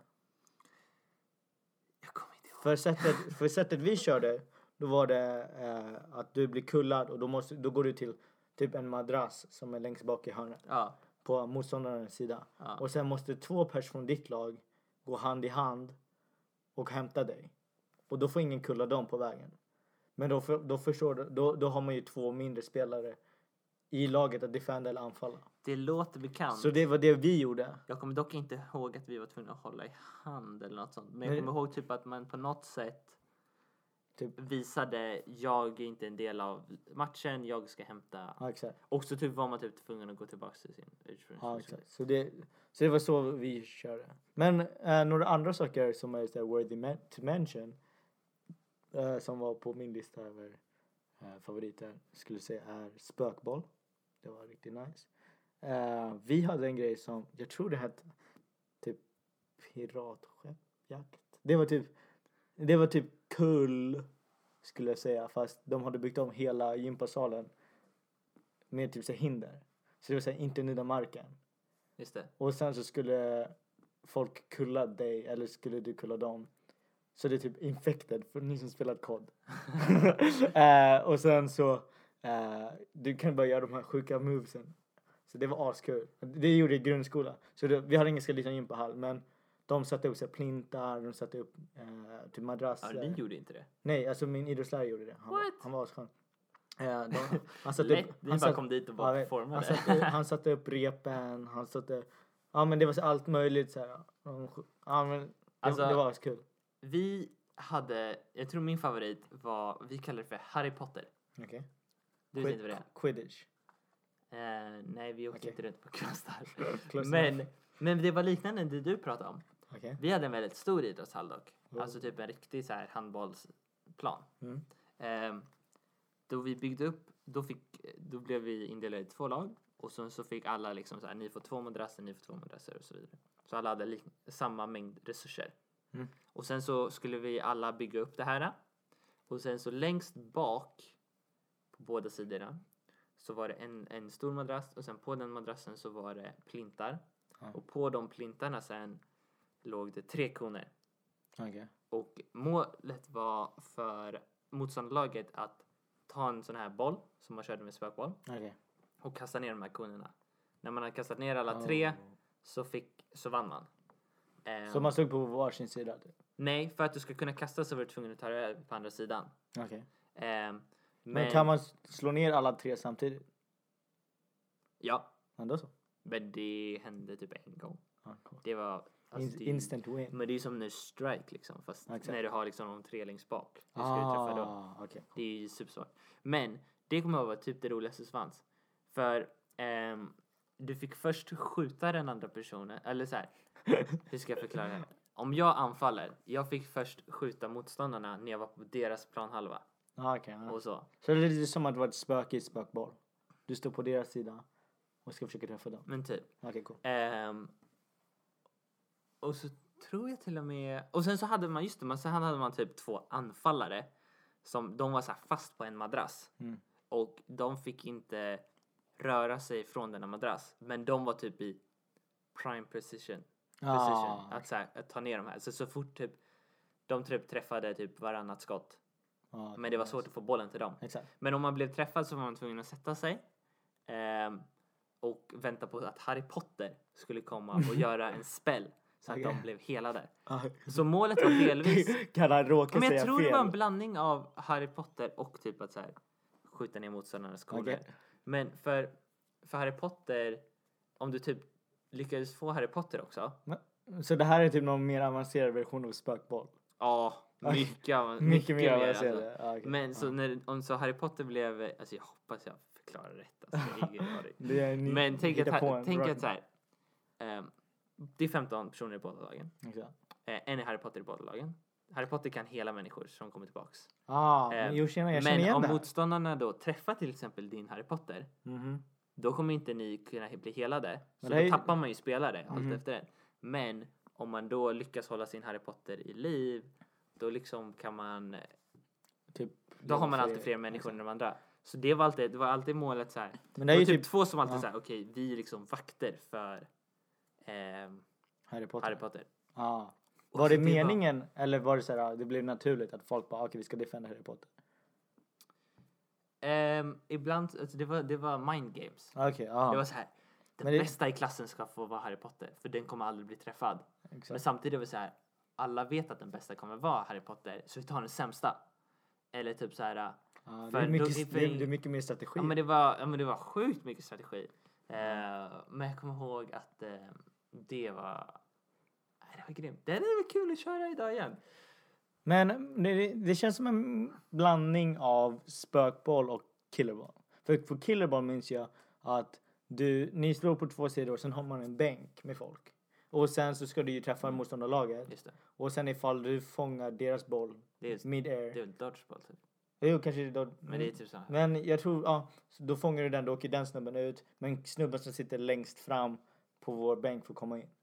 Jag kommer inte ihåg. För sättet, för sättet vi körde, då var det eh, att du blir kullad och då, måste, då går du till typ en madrass som är längst bak i hörnet Ja, på motståndarens sida. ja. Och sen måste två personer från ditt lag gå hand i hand och hämta dig. Och då får ingen kulla dem på vägen. Men då, för, då förstår du, då, då har man ju två mindre spelare i laget att defenda eller anfalla. Det låter bekant. Så det var det vi gjorde. Jag kommer dock inte ihåg att vi var tvungna att hålla i hand eller något sånt. Men jag Men- kommer ihåg typ att man på något sätt Typ, visade, jag är inte en del av matchen, jag ska hämta. ja, exakt. Och så typ var man typ tvungen att gå tillbaka till sin Ja, ursprungsposition. exakt. Så det, så det var så vi körde. Men eh, några andra saker som är så här worthy men- to mention eh, som var på min lista över eh, favoriter skulle säga är spökboll. Det var riktigt nice. Eh, vi hade en grej som jag tror det hette typ piratskeppjakt. Det var typ det var typ kull skulle jag säga. Fast de hade byggt om hela gympasalen med typ så här hinder. Så det var så här, inte nudda marken. Just det. Och sen så skulle folk kulla dig eller skulle du kulla dem. Så det är typ infected för ni som spelat kod. uh, och sen så uh, du kan bara göra de här sjuka movesen. Så det var askul. Det gjorde jag i grundskolan. Så det, vi hade ingen liten gympahall, men de satte upp så här plintar, de satte upp uh, typ madrasser. Ja, ni gjorde inte det. Nej, alltså min idrottslärare gjorde det. Han, What? han var asskön. Uh, de, han satte Lätt, upp, ni han bara satt, kom dit och bara ja, formade. han, satte, han satte upp repen, han satte, ja men det var så allt möjligt så här. Ja men det, Alltså, det var askul. Vi hade, jag tror min favorit var, vi kallade det för Harry Potter. Okej. Okay. Du vet inte vad det är? Quidditch. Uh, nej, vi åkte Okay. inte runt på kvastar. Close men, men det var liknande det du pratade om. Okay. Vi hade en väldigt stor idrottshall dock. Oh. Alltså typ en riktig så här handbollsplan. Mm. Um, då vi byggde upp, då, fick, då blev vi indelade i två lag. Och sen så fick alla liksom så här, ni får två madrasser, ni får två madrasser och så vidare. Så alla hade lik- samma mängd resurser. Mm. Och sen så skulle vi alla bygga upp det här. Och sen så längst bak på båda sidorna så var det en, en stor madrass. Och sen på den madrassen så var det plintar. Ja. Och på de plintarna sen låg det tre koner. Okay. Och målet var för motståndarlaget att ta en sån här boll som man körde med spökboll. Okay. Och kasta ner de här konerna. När man hade kastat ner alla tre oh. så, fick, så vann man. Um, så man stod på varsin sida? Nej, för att du ska kunna kasta så var du tvungen att ta det över på andra sidan. Okay. Um, men, men kan man slå ner alla tre samtidigt? Ja. Ändå så? Men det hände typ en gång. Ah, cool. Det var... Alltså, In- det, instant win. Men det är som nu strike liksom. Fast Exakt. när du har liksom de tre längst bak. Du ska ah, du träffa dem. Okay. Det är ju supersvårt. Men det kommer att vara typ det roligaste som fanns. För um, du fick först skjuta den andra personen. Eller så här. Hur ska jag förklara det? Om jag anfaller. Jag fick först skjuta motståndarna när jag var på deras planhalva. Ah, okay, ah. Och så. Så det är lite som att det var ett spöke i spökboll. Du står på deras sida och ska försöka träffa dem. Men typ. Okej, okay, cool. Um, och så tror jag till och med... Och sen så hade man, just det, men sen hade man typ två anfallare. Som, de var så här fast på en madrass. Mm. Och de fick inte röra sig från denna madrass. Men de var typ i prime precision. precision Ah, att, så här, att ta ner de här. Så, så fort typ de typ träffade typ varannat skott. ah, okay, Men det var nice. svårt att få bollen till dem. Exakt. Men om man blev träffad så var man tvungen att sätta sig. Ehm, och vänta på att Harry Potter skulle komma och göra en spell. Så att Okay. de blev helade. Ah. Så målet var delvis... Kan han råka Men säga jag tror fel? det var en blandning av Harry Potter och typ att så här, skjuta ner motståndarnas skolor. Okay. Men för, för Harry Potter, om du typ lyckades få Harry Potter också. Så det här är typ någon mer avancerad version av spökboll? Ja, mycket, mycket, Mycket mer mer. avancerad. Alltså. Ah, okay. Men så ah. när om så Harry Potter blev, alltså jag hoppas jag förklarar rätt. Alltså, jag har ingen aning. Det är en ny- Men tänk att, hitta på här- en tänk rock- att så här, ehm, det är femton personer i båda lagen. Exakt. Eh, en är Harry Potter i båda lagen. Harry Potter kan hela människor som kommer tillbaks. Ah, Eh, men jo, tjena, jag känner Men igen om det här. motståndarna då träffar till exempel din Harry Potter, Mhm. då kommer inte ni kunna bli helade. Så Men då det är ju- tappar man ju spelare Mhm. allt efter det. Men om man då lyckas hålla sin Harry Potter i liv, då liksom kan man, Typ, då har man alltid fler- fler människor exakt. än de andra. Så det var alltid, det var alltid målet så här. Men Det det är var ju typ typ två som alltid ja. så här, okej, vi är liksom vakter för ehm, Harry Potter. Harry Potter. Ah. Och Var så det det var- meningen eller var det så här, det blev naturligt att folk bara okej vi ska defenda Harry Potter? Ehm, ibland, alltså det var, det var mind games. Okej, ja. Det var så här, den Men det- bästa i klassen ska få vara Harry Potter, för den kommer aldrig bli träffad. Men Exakt. samtidigt var det så här, alla vet att den bästa kommer vara Harry Potter, så vi tar den sämsta. Eller typ så här, Ja, det, för är då- mycket, för- det, är, det är mycket mer strategi. ja men det var, ja men det var sjukt mycket strategi. Eh, men jag kommer ihåg att eh, det var, nej, det var grymt. Det är väl kul att köra idag igen. Men det, det känns som en blandning av spökboll och killerboll. För på killerboll minns jag att du, ni slår på två sidor och sen har man en bänk med folk. Och sen så ska du ju träffa Mm. motståndarlaget. Just det. Och sen ifall du fångar deras boll Det är, mid-air. det är väl dodgeball typ. Jo, kanske det då. Men det är typ så här. Men jag tror, ja, så då fångar du den, då åker den snubben ut. Men snubben som sitter längst fram på vår bänk får komma in.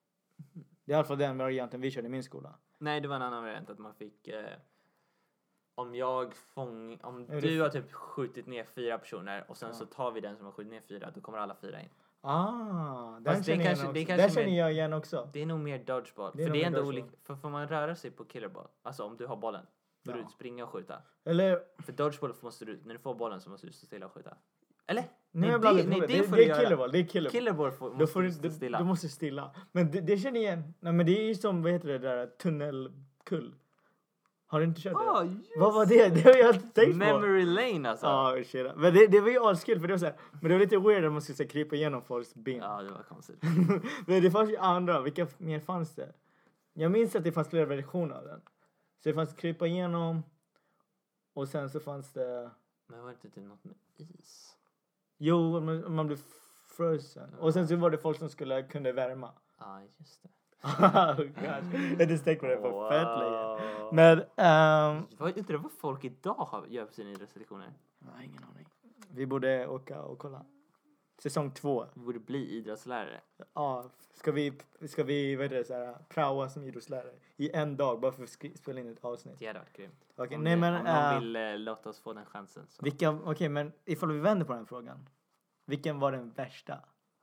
Det är i alla fall den varianten vi körde i min skola. Nej, det var en annan variant att man fick, eh, om jag fång, om Är du det- har typ skjutit ner fyra personer och sen Ja. så tar vi den som har skjutit ner fyra, då kommer alla fyra in. Ah, den Fast det känner, kanske- jag det igen kanske också. Den känner mer- jag igen också. Det är nog mer dodgeball. Det är för nog det är mer ändå dodgeball. olika. För får man röra sig på killerball, alltså om du har bollen, får Ja. du springa och skjuta. Eller, För dodgeball måste du, när du får bollen så måste du stå stilla och skjuta. Eller? nej, jag det, blandar nej, ihop det det, får det du är göra. killerball, det är killerball. Killerball får, Då måste får du du, stå du, stilla. du måste stilla. Men det, det känner jag igen. Nej, men det är ju som, vad heter det där, tunnelkull. Har du inte kört Ah, det? just Vad var det? Det har jag inte tänkt på. Memory lane alltså. Ja, shit. Men det, det var ju askul för det var så här, men det var lite weird att man skulle så här, krypa igenom folks ben. Ja, det var konstigt. Men det fanns ju andra. Vilka mer fanns det? Jag minns att det fanns flera versioner av den. Så det fanns krypa igenom. Och sen så fanns det... Men var det inte typ något med is? Jo, man, man blev frozen. Och sen så var det folk som skulle kunde värma. Ja, just det. Oh, gosh. Jag har inte tänkt på det på Wow. fett länge. Men... ehm, Vad undrar vad folk idag har, gör på sina idrottslektioner? jag har ingen aning. Vi borde åka och kolla. Säsong två. Vi borde bli idrottslärare. Ja, ska vi, ska vi vad heter det, så här, praoa som idrottslärare i en dag bara för att skri- spela in ett avsnitt. Det hade varit grymt. Okej, Om, nej det- men om någon eh, vill eh, låta oss få den chansen. Så. vilka, okej men ifall vi vänder på den frågan. Vilken var den värsta?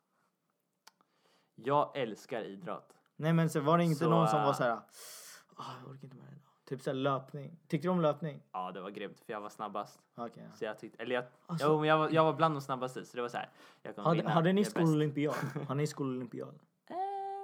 Jag älskar idrott. Nej men så var det inte Så, någon som äh, var så här, ah jag orkar inte med det idag. Typ så här löpning. Tyckte du om löpning? Ja, det var grymt för jag var snabbast. Okej. Så jag tyckte, eller jag, Alltså- jo, men jag, var, jag var bland de snabbaste så det var så här. Jag kommer Hade, vinna. hade ni jag är bäst. skololympiad? Har ni skololympiad? Eh,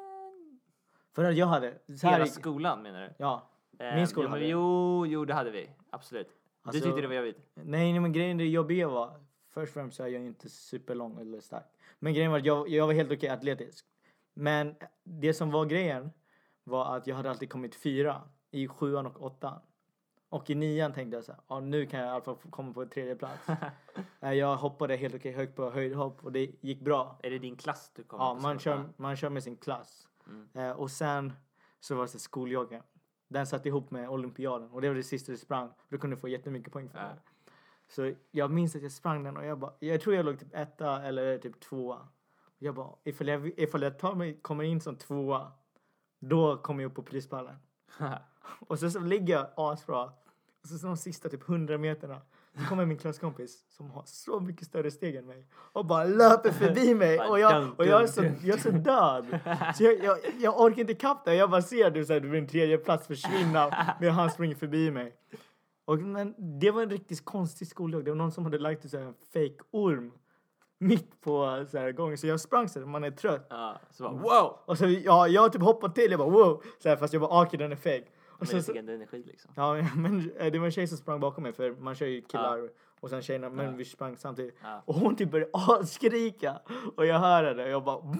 För att jag hade. Så här, Hela gick- skolan menar du? ja. Eh, Min skola jo, men hade. jo, jo, det hade vi. Absolut. Alltså- du tyckte det var jobbigt? Nej, nej men grejen det jobbiga var. Först och främst så är jag ju inte superlång eller stark. Men grejen var att jag, jag var helt okej atletisk. Men det som var grejen var att jag hade alltid kommit fyra i sjuan och åttan. Och i nian tänkte jag så här, ja nu kan jag i alla fall få komma på tredje plats. Eh, jag hoppade helt okej högt på höjdhopp och det gick bra. Är det din klass du kommer Ja, på man skolan? kör, man kör med sin klass. Mm. Eh, och sen så var det så här skoljoggen. Den satt ihop med olympiaden och det var det sista du sprang. Du kunde få jättemycket poäng för Ja. det. Så jag minns att jag sprang den och jag bara, jag tror jag låg typ etta eller typ tvåa. Jag bara, ifall jag, ifall jag tar mig, kommer in som tvåa, då kommer jag upp på prispallen. Och så, så ligger jag asbra. Och så, så de sista typ hundra meterna så kommer min klasskompis som har så mycket större steg än mig och bara löper förbi mig och jag, och jag, är, så, jag är så död. Så jag, jag, jag orkar inte ikapp det. Jag bara ser du, så här, du blir en tredje plats försvinna medan han springer förbi mig. Och, men det var en riktigt konstig skoldag. Det var någon som hade lagt så här, en fake orm mitt på så här, gången. Så jag sprang så här, man är trött. Ja, så bara wow! Och så ja, jag typ hoppade till. Jag bara wow. Så här, fast jag bara akade den är fake. Och Men så, det så, fick ändå energi liksom. ja, men eh, det var en tjej som sprang bakom mig. För man kör ju killar och sen tjejerna. Men Ja. vi sprang samtidigt. Ja. Och hon typ började skrika. Och jag hörde det. Och jag bara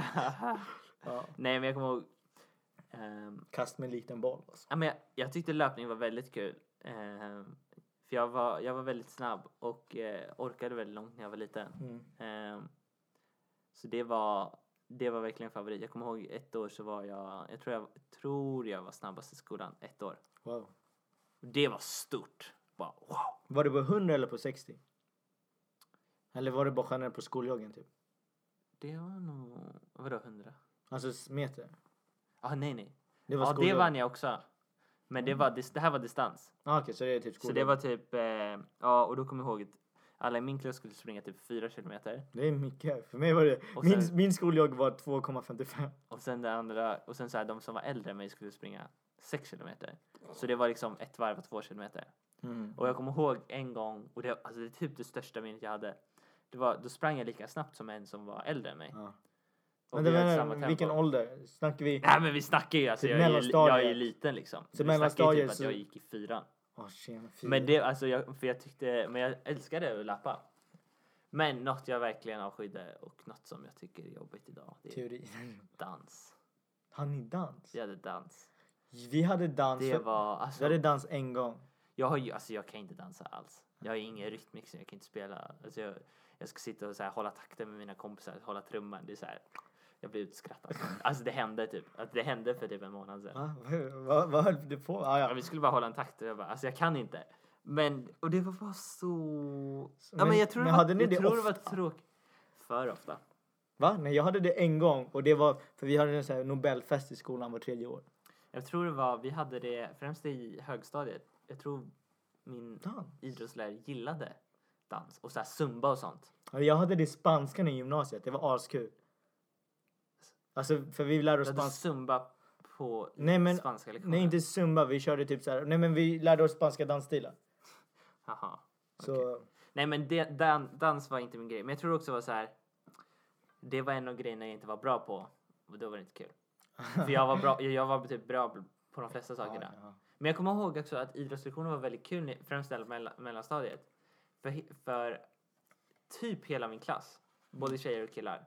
ja, Nej, men jag kommer ihåg... ehm, kast med en liten boll. Alltså. ja, men jag, jag tyckte löpning var väldigt kul. Ehm, för jag var, jag var väldigt snabb och eh, orkade väldigt långt när jag var liten. Mm. Ehm, så det var, det var verkligen en favorit. Jag kommer ihåg ett år så var jag... Jag tror jag, tror jag var snabbast i skolan. Ett år. Wow. Det var stort. Wow. wow. Var det på hundra eller på sextio? Eller var det bara generellt på skoljoggen typ? Det var nog... Vadå hundra? Alltså meter. Ah, nej, nej. Det var Ja, det skoljoggen. vann jag också. Men det, var, dis- det här var distans. Ah, okej, så det är typ Så skoljoggen. det var typ... Eh, ja, och då kommer jag ihåg att alla i min klass skulle springa typ fyra kilometer. Det är mycket. För mig var det... Och Min, sen- min skoljogg var två komma femtiofem. Och sen det andra... Och sen så här, de som var äldre än mig skulle springa sex kilometer. Så det var liksom ett varv på två kilometer. Mm. Och jag kommer ihåg en gång... Och det, alltså det är typ det största minnet jag hade. Det var, då sprang jag lika snabbt som en som var äldre än mig. Ja. Och Men vi det hade var, samma tempo. vilken ålder? Snackar vi... Nej, men vi snackar ju. Alltså, Typ jag, är, ju- mellanstadiet. jag är ju liten liksom. Så vi snackar ju mellanstadiet typ att så- jag gick i fyran. Åh, tjena, fy. Men det, alltså jag, för jag tyckte, men jag älskade att lappa. Men något jag verkligen avskydde och något som jag tycker är jobbigt idag, det är Teori. dans. Har ni dans? Vi hade dans. Vi hade dans. Det för- var, Vi alltså, hade dans en gång. jag har ju, alltså jag kan inte dansa alls. Jag har ingen rytmik, jag kan inte spela. Alltså jag, jag ska sitta och så här, hålla takten med mina kompisar, hålla trumman. Det är så här, jag blir utskrattad. Alltså det hände typ, att det hände för typ en månad sedan. Va? Vad, vad, vad höll du på? Ah, Ja, ja. vi skulle bara hålla en takt och jag bara, alltså jag kan inte. Men, och det var bara så... Men- ja, men jag tror, men det, var, hade ni jag det tror det var ofta? tråkigt. För ofta. Va? Nej, jag hade det en gång. Och det var... För vi hade en sån här Nobelfest i skolan var tredje år. Jag tror det var, vi hade det främst i högstadiet. Jag tror min Dans. idrottslärare gillade dans och så här zumba och sånt. Ja, jag hade det spanskan i gymnasiet. Det var askul. Alltså för vi lärde oss Du hade spanska. zumba på Nej, men- spanska lektioner. Nej, inte zumba. Vi körde typ så här. Nej, men vi lärde oss spanska dansstilar. Haha. Så Nej, men det, dan, dans var inte min grej. Men jag tror också var så här. Det var en av grejerna jag inte var bra på. Och då var det inte kul. För jag var bra, jag var typ bra på de flesta sakerna. Ja, ja. Men jag kommer ihåg också att idrottslektioner var väldigt kul, främst i mellan, mellanstadiet. För, för typ hela min klass, både tjejer och killar,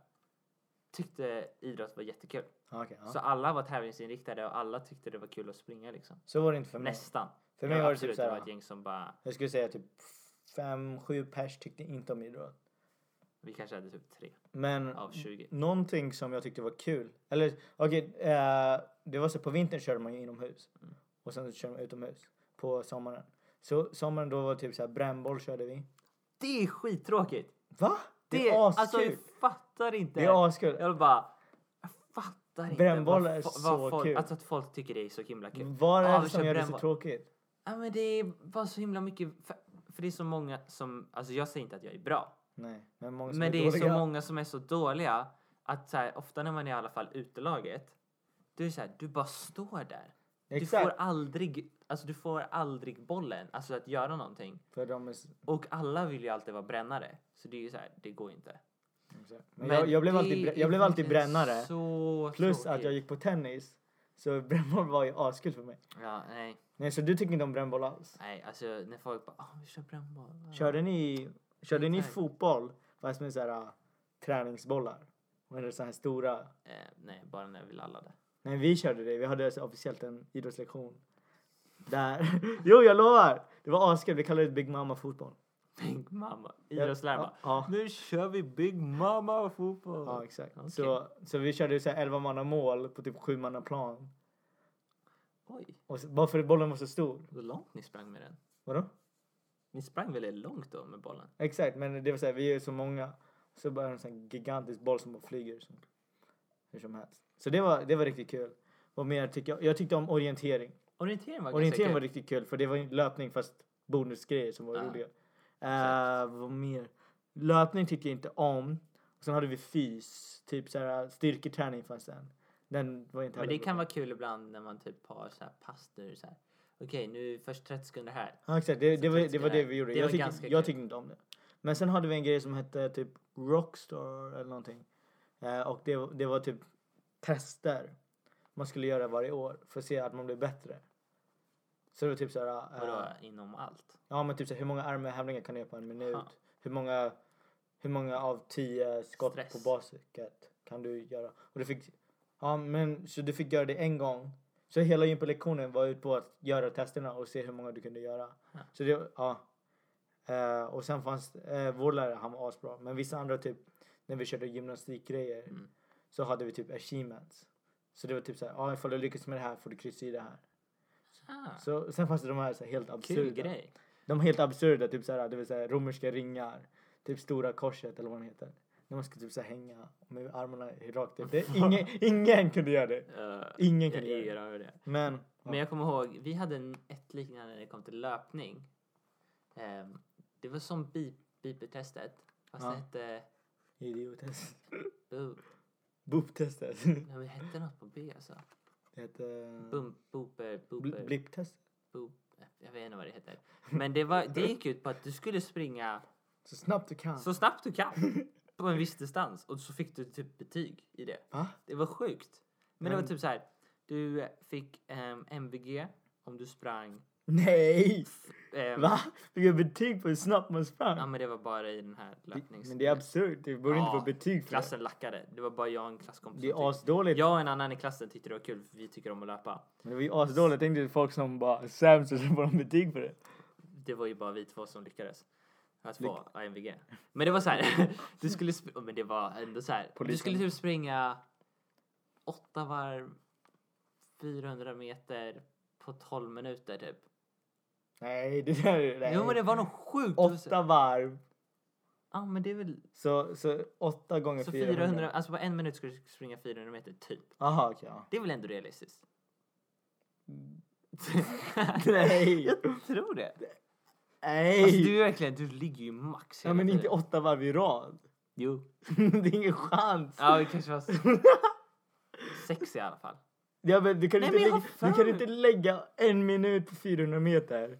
tyckte idrott var jättekul. Ja, okej, ja. Så alla var tävlingsinriktade och alla tyckte det var kul att springa liksom. Så var det inte för mig. Nästan. För mig Ja, var det absolut, typ så det var här. ett gäng som bara, Jag skulle säga typ fem, sju pers tyckte inte om idrott. vi kanske hade typ tre Men av tjugo. någonting som jag tyckte var kul. Eller okej, eh, det var så på vintern körde man ju inomhus. Mm. Och sen körde man utomhus på sommaren. Så sommaren då var typ så här brännboll körde vi. Det är skittråkigt. Va? Det, Det, är askul. alltså jag fattar inte. det är askul. Jag vill bara, jag fattar inte. Brännboll vad är fo- så vad folk, kul. Alltså att folk tycker det är så himla kul. Vad är Ja, det vi som kör gör det så brännboll. tråkigt? Ja, men det är bara så himla mycket. För, för det är så många som, alltså jag säger inte att jag är bra. Nej, men många som Men är det är så dåliga. många som är så dåliga. Att så här, ofta när man är i alla fall utelaget. Du är så här, du bara står där. Du Exakt. får aldrig, alltså du får aldrig bollen. Alltså att göra någonting. För de är, s- Och alla vill ju alltid vara brännare. Så det är ju så här, det går inte. exakt. Men jag, jag blev det alltid, brä- är jag blev alltid verkligen brännare. Så Plus att tråkigt. jag gick på tennis. Så brännboll var ju askul för mig. Ja, nej. Nej, så du tycker inte om brännboll alls? Nej, alltså när folk bara, ah, vi kör brännboll. Ja. Körde ni, körde ni Exakt. fotboll fast med så här äh, träningsbollar? Eller så här stora? Eh, nej, bara när vi lallade. Nej, vi körde det. Vi hade alltså officiellt en idrottslektion. Där. Jo, jag lovar. Det var askul. Vi kallade det Big Mama fotboll. Big Mama. Idrottslärare bara, Ja, nu kör vi Big Mama fotboll. ja, exakt. Okej. Så, så vi körde så här elva manna mål på typ sju manna plan. Oj, Och så, bara för att bollen var så stor. vad långt ni sprang med den. Vadå? Ni sprang väldigt långt då med bollen. Exakt, men det var så här, vi är så många. Så bara en sån här gigantisk boll som bara flyger. Som, hur som helst. Så det var, det var riktigt kul. Vad mer tycker jag? Jag tyckte om orientering. Orientering var ganska Orientering kul. var riktigt kul för det var ju löpning fast bonusgrejer som var Ja. roliga. Uh, vad mer? Löpning tyckte jag inte om. Och sen hade vi fys. Typ så här styrketräning fanns den. Den var inte Men heller det kan bra. vara kul ibland när man typ har så här pass där så här. Okej, nu först trettio sekunder här. Ja, exakt. Det, Så det, var, trettio det var det sekunder. vi gjorde. Det jag var tyckte, ganska jag kul. tyckte inte om det. Men sen hade vi en grej som hette typ Rockstar eller någonting. Eh, och det, det var typ tester man skulle göra varje år för att se att man blev bättre. Så det var typ så här. eh, Vadå, inom allt? Ja, men typ så här, hur många armhävningar kan du göra på en minut? Aha. Hur många hur många av tio skott Stress. på basket kan du göra? Och du fick ja, men så du fick göra det en gång. Så hela gympalektionen var ut på att göra testerna och se hur många du kunde göra. Ja. Så det ja. Eh, och sen fanns eh, vår lärare, han var asbra, men vissa andra typ när vi körde gymnastikgrejer Mm. så hade vi typ achievements. Så det var typ så här, ja, ifall du lyckas med det här får du kryssa i det här. Ah, Så sen fanns det de här så här helt kul absurda. grej. De helt absurda, typ såhär, det vill säga romerska ringar. Typ stora korset eller vad det heter. När man ska typ såhär hänga med armarna rakt upp. Det, ingen, ingen kunde göra det. Uh, Ingen jag kunde göra är det. över det. Men, Men jag kommer ihåg, vi hade en, ett liknande när det kom till löpning. Ehm, det var som beep, beeper-testet. Fast Ja. det hette... idiotest. Bo, Boop-testet. ja, men det hette något på B alltså. Det heter... Bum, booper, booper, Blipptest. boop. Jag vet inte vad det heter. Men det, var, det gick ut på att du skulle springa Så snabbt du kan. så snabbt du kan. På en viss distans. Och så fick du typ betyg i det. Va? Det var sjukt. Men det Men- var typ så här. Du fick um, M V G om du sprang. Nej! ehm, Va? Fick jag betyg på hur snabbt man sprang? Ja, men det var bara i den här löpnings... Men det är absurt. Du borde inte Ja, få betyg för Klassen lackade. Det var bara jag och en det. klasskompis Det är som tyckte- asdåligt. Jag och en annan i klassen tyckte det var kul för vi tycker om att löpa. Men det var ju asdåligt. Tänkte du folk som bara sämst och så får de betyg för det. Det var ju bara vi två som lyckades. Att få M V G. Men det var så här. Du skulle sp- men det var ändå så här. Du Polisen. skulle typ springa åtta varv fyrahundra meter på tolv minuter typ. Nej, det där är... Nej. Jo, men det var nog sjukt. Åtta varv. Ja, men det är väl Så, så åtta gånger så fyrahundra. fyrahundra, alltså på en minut skulle du springa fyrahundra meter typ. Aha, okej. Ja. Det är väl ändå realistiskt? Nej. Jag tror det. Nej! Alltså du är verkligen, du ligger ju max Ja, hela men inte tiden. åtta varv i rad. Jo. Det är ingen chans. Ja, det kanske var sex i alla fall. Ja, men du kan, Nej, inte, men jag har lägga, för du kan mig- inte lägga en minut på fyrahundra meter.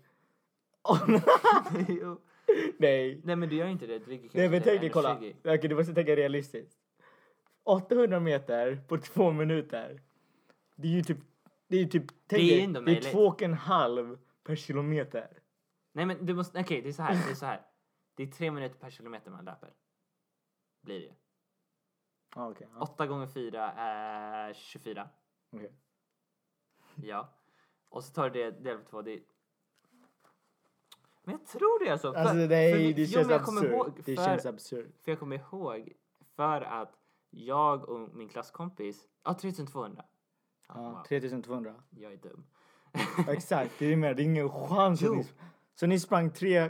Jo. Nej. Nej men du gör inte det. Du ligger Nej, men kanske tänk dig, kolla. en tjugo. Okej, du måste tänka realistiskt. åttahundra meter på två minuter. Det är ju typ, det är ju typ, tänk är dig, ändå det är möjligt. två och en halv per kilometer. Nej men du måste, okej det är så här, det är så här. Det är tre minuter per kilometer man löper. Blir det ju. Ah, okej. Ja, Åtta gånger fyra är tjugofyra. okej. Ja. Och så tar du det del på två. Det är... Men jag tror det alltså. För, Alltså för, nej, det jo, känns men jag kommer absurt. ihåg, Det för, känns absurt. för jag kommer ihåg för att jag och min klasskompis, ja tre tusen tvåhundra. Ja, Ja, wow. tre tusen tvåhundra. Jag är dum. Exakt, det är med. Det är ingen chans. Att Jo. ni, så ni sprang tre...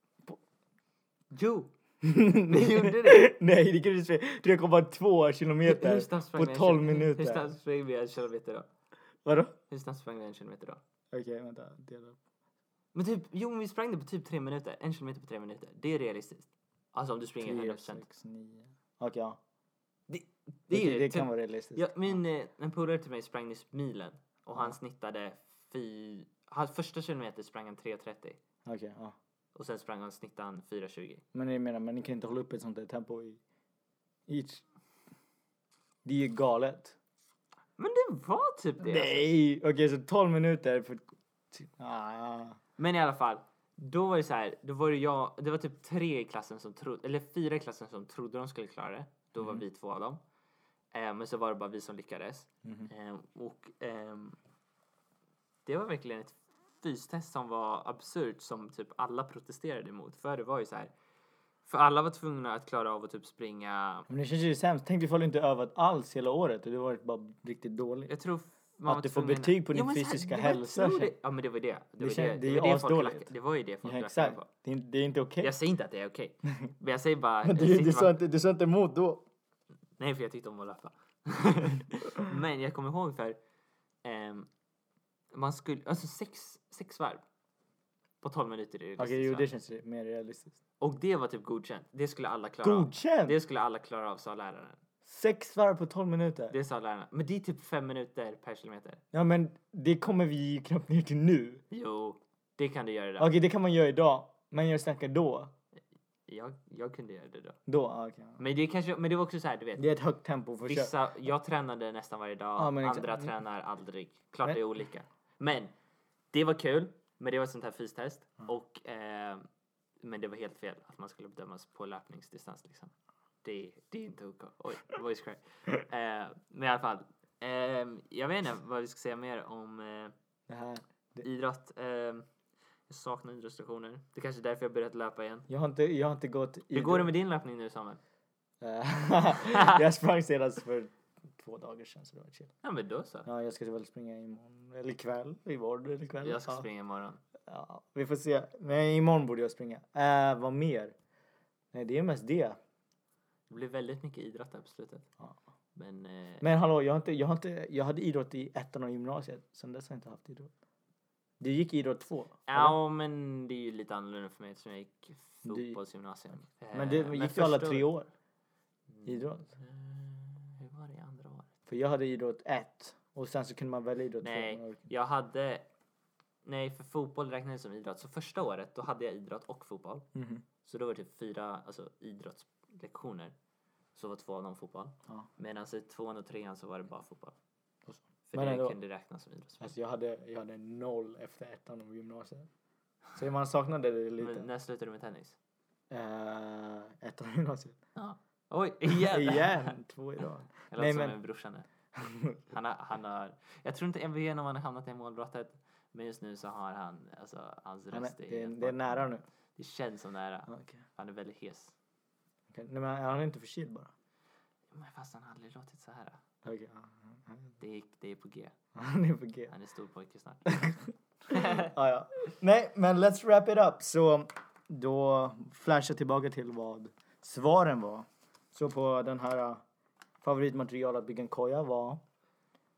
Jo. Ni gjorde det. Nej, det kunde säga tre komma två kilometer Hur snabbt sprang på vi en tolv kil- Hur minuter. snabbt sprang vi en kilometer då? Vadå? Hur snabbt sprang vi en kilometer då? Okej, vänta. Dela upp. Men typ, jo men vi sprang det på typ tre minuter. En kilometer på tre minuter. Det är realistiskt. Alltså om du springer hundra tre, procent. sex, nio. Okej, ja. Det, Det, det är det, ju det typ, kan vara realistiskt. ja, min, eh, en polare till mig sprang nyss milen. Och han Ja. snittade fy... Hans första kilometer sprang han tre trettio. Okej, ja. Och sen sprang han snittade han fyra tjugo. Men jag menar, men ni kan inte hålla upp ett sånt där tempo i... i det är ju galet. Men det var typ det. Alltså. Nej! Okej, så tolv minuter för... Ah. Men i alla fall. Då var det så här, då var det jag, det var typ tre i klassen som trodde, eller fyra i klassen som trodde de skulle klara det. Då var Mhm. vi två av dem. Eh, men så var det bara vi som lyckades. Mhm. Eh, och ehm, det var verkligen ett fystest som var absurt som typ alla protesterade emot. För det var ju så här, för alla var tvungna att klara av att typ springa. Men det känns ju sämst. Tänk ifall du inte övat alls hela året och du har varit bara riktigt dålig. Jag tror man Att var du får tvungen- betyg på din Jo, men så här, fysiska det var- jag hälsa, tror det- känns- Ja men det var det. Det, var känns- det, det är det, var det, folk asdåligt. lackade- det var ju det folk Ja, lackade exakt. på. Det är, det är inte okej. Jag säger inte att det är okej. Men jag säger bara... Men jag du, sitter du, bara- sa inte, du sa inte emot då. Nej, för jag tyckte om att löpa. Men jag kommer ihåg för... ehm, man skulle... Alltså sex, sex varv. På tolv minuter är det Okej, jo, realistiskt, det va? känns mer realistiskt. Och det var typ godkänt. Det skulle alla klara av. Godkänt! Det skulle alla klara av, sa läraren. Sex varv på tolv minuter. Det sa läraren. Men det är typ fem minuter per kilometer. Ja, men det kommer vi ju knappt ner till nu. Jo, det kan du göra där. Okej, det kan man göra idag. Men jag snackar då. Jag, jag kunde göra det då. Då, ah, okej. Men det, kanske, men det var också så här, du vet. Det är ett högt tempo för kör. Vissa, jag tränade nästan varje dag, Ja, men exakt. andra Mm. tränar aldrig. Klart Men- det är olika. Men det var kul, men det var ett sånt här fystest. Mm. Och, eh, men det var helt fel att man skulle bedömas på löpningsdistans liksom. Det, det är inte okej. Oj, voice crack. eh, men i alla fall, eh, jag vet inte vad vi ska säga mer om eh, Det här. idrott. Eh, jag saknar idrottslektioner. Det är kanske är därför jag börjat löpa igen. Jag har inte, jag har inte gått... Hur går det med din löpning nu, Samuel? Jag sprang senast för två dagar sedan, så det var chill. Ja, men då så. Ja, jag ska väl springa imorgon. Eller ikväll. Imorgon eller ikväll. Jag ska ja. springa imorgon. Ja, vi får se. Men imorgon borde jag springa. Äh, vad mer? Nej, det är mest det. Det blir väldigt mycket idrott där på slutet. Ja. Men, eh, Men hallå, jag, har inte, jag, har inte, jag hade idrott i ettan av gymnasiet. Sen dess har jag inte haft idrott. Du gick idrott två? eller? ja, men det är ju lite annorlunda för mig eftersom jag gick Du- fotbollsgymnasium. Men du Eh, gick du alla första tre året- år? Idrott? Eh, hur var det i andra året? För jag hade idrott ett. Och sen så kunde man välja idrott Nej, två. jag hade... Nej, för fotboll räknades som idrott. Så första året, då hade jag idrott och fotboll. Mhm. Så då var det typ fyra alltså, idrottslektioner. Så var två av dem fotboll. Ja. Medan i tvåan och trean så var det bara fotboll. Och så. För Men det ändå. kunde räknas som idrottssport. Alltså jag hade, jag hade noll efter ettan av gymnasiet. Så man saknade det lite. Men när slutade du med tennis? Uh, ettan av gymnasiet. Ja. Oj, igen! Igen! Två idag. Jag låter Nej, som men- en brorsan nu. Han har, han har, jag tror inte, jag vet inte om han har hamnat i målbrottet. Men just nu så har han, alltså hans Han är, röst är, det, är, helt det är bort. nära nu. Det känns som nära. Ja, okej. Han är väldigt hes. Okej. Nej, men han är inte förkyld bara. Men fast han har aldrig låtit så här. Okej. ja, ja, Det är, det är på G. ja. Han är på G. Han är stor pojke snart. Ja, ja. Nej, men let's wrap it up. Så då flashar tillbaka till vad svaren var. Så på den här uh, favoritmaterial att bygga en koja var...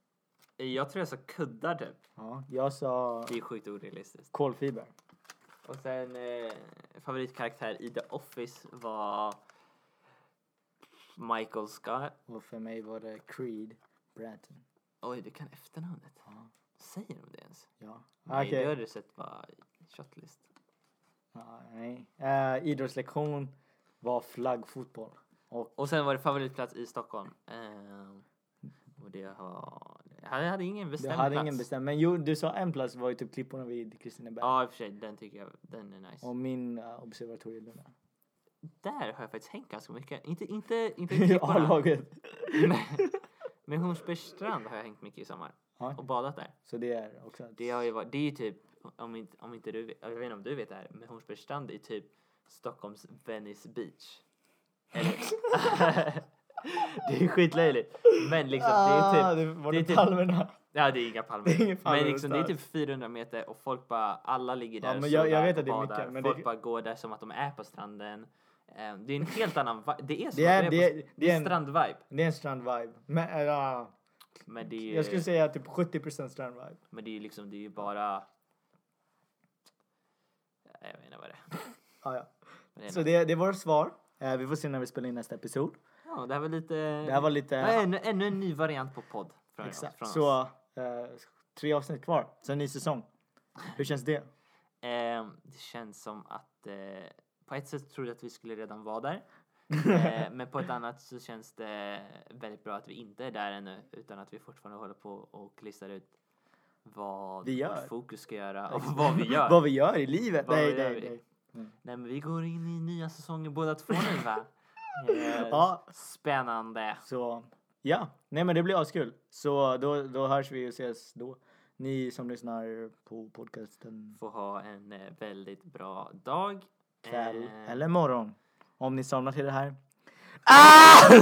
Jag tror jag sa kuddar typ. Ja, jag sa Det är sjukt orealistiskt. kolfiber. Och sen eh, favoritkaraktär i The Office var Michael Scott. Och för mig var det Creed Bratton. Oj, du kan efternamnet. Ja. Säger de det ens? Ja. Nej, Okej. du hade sett bara shotlist. Ja, nej. Uh, idrottslektion var flaggfotboll. Och Och sen var det favoritplats i Stockholm. Ehm, och det har... Jag hade ingen du bestämd hade plats. ingen bestämd. Men jo, du sa en plats var ju typ klipporna vid Kristineberg. Ja, i och för sig. Den tycker jag, den är nice. Och min uh, observatorielunda. Där har jag faktiskt hängt ganska mycket. Inte, inte, inte i I klipporna. A-laget. Men, men Hornsbergs strand har jag hängt mycket i sommar. Ja. Och badat där. Så det är också... Det har ju varit, det är ju typ, om inte, om inte du vet, jag vet inte om du vet det här, men Hornsbergs strand är typ Stockholms Venice Beach. Eller, det är skitlöjligt. Men liksom, det är Ah, typ, det var det är det typ- palmerna. ja det är inga palmer. Det är inga palmer Men liksom, det är någonstans. typ fyrahundra meter och folk bara, alla ligger där Ja, och men jag- jag solar vet och att det är badar. mycket, men Folk det- bara går där som att de är på stranden. Eh, Det är en helt annan vi- det är som Det är- att du det är är- på det är en- strandvibe. Det är en strand-vibe. Men, äh, ja. Men det är ju, Jag skulle säga typ sjuttio procent strand-vibe. men det är ju liksom, det är ju bara, jag vet inte vad det är. Ah, ja. Men det är Så det, det är vårt svar. Eh, vi får se när vi spelar in nästa episod. Ja, det här var lite... Det här var lite... Ja, ännu, ännu en ny variant på podd. Från Exakt. Från Så oss. eh, tre avsnitt kvar. Så en ny säsong. Hur känns det? Eh, det känns som att... Eh, på ett sätt trodde jag att vi skulle redan vara där. eh, men på ett annat så känns det väldigt bra att vi inte är där ännu. Utan att vi fortfarande håller på och listar ut vad Vi gör. vårt fokus ska göra. Och vad vi gör. Vad vi gör i livet. Vad Nej, gör nej, vi? nej. Nej, men vi går in i nya säsonger båda två nu, va? Eh, Ja. Spännande. Så ja, nej men det blir askul. Så då, då hörs vi och ses då. Ni som lyssnar på podcasten Få ha en eh, väldigt bra dag. kväll Eh, eller morgon. Om ni somnar till det här. Ah!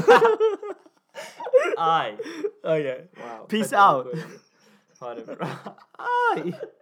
Aj. Okej. Wow. Peace Fett out. awkward. Ha det bra. Aj!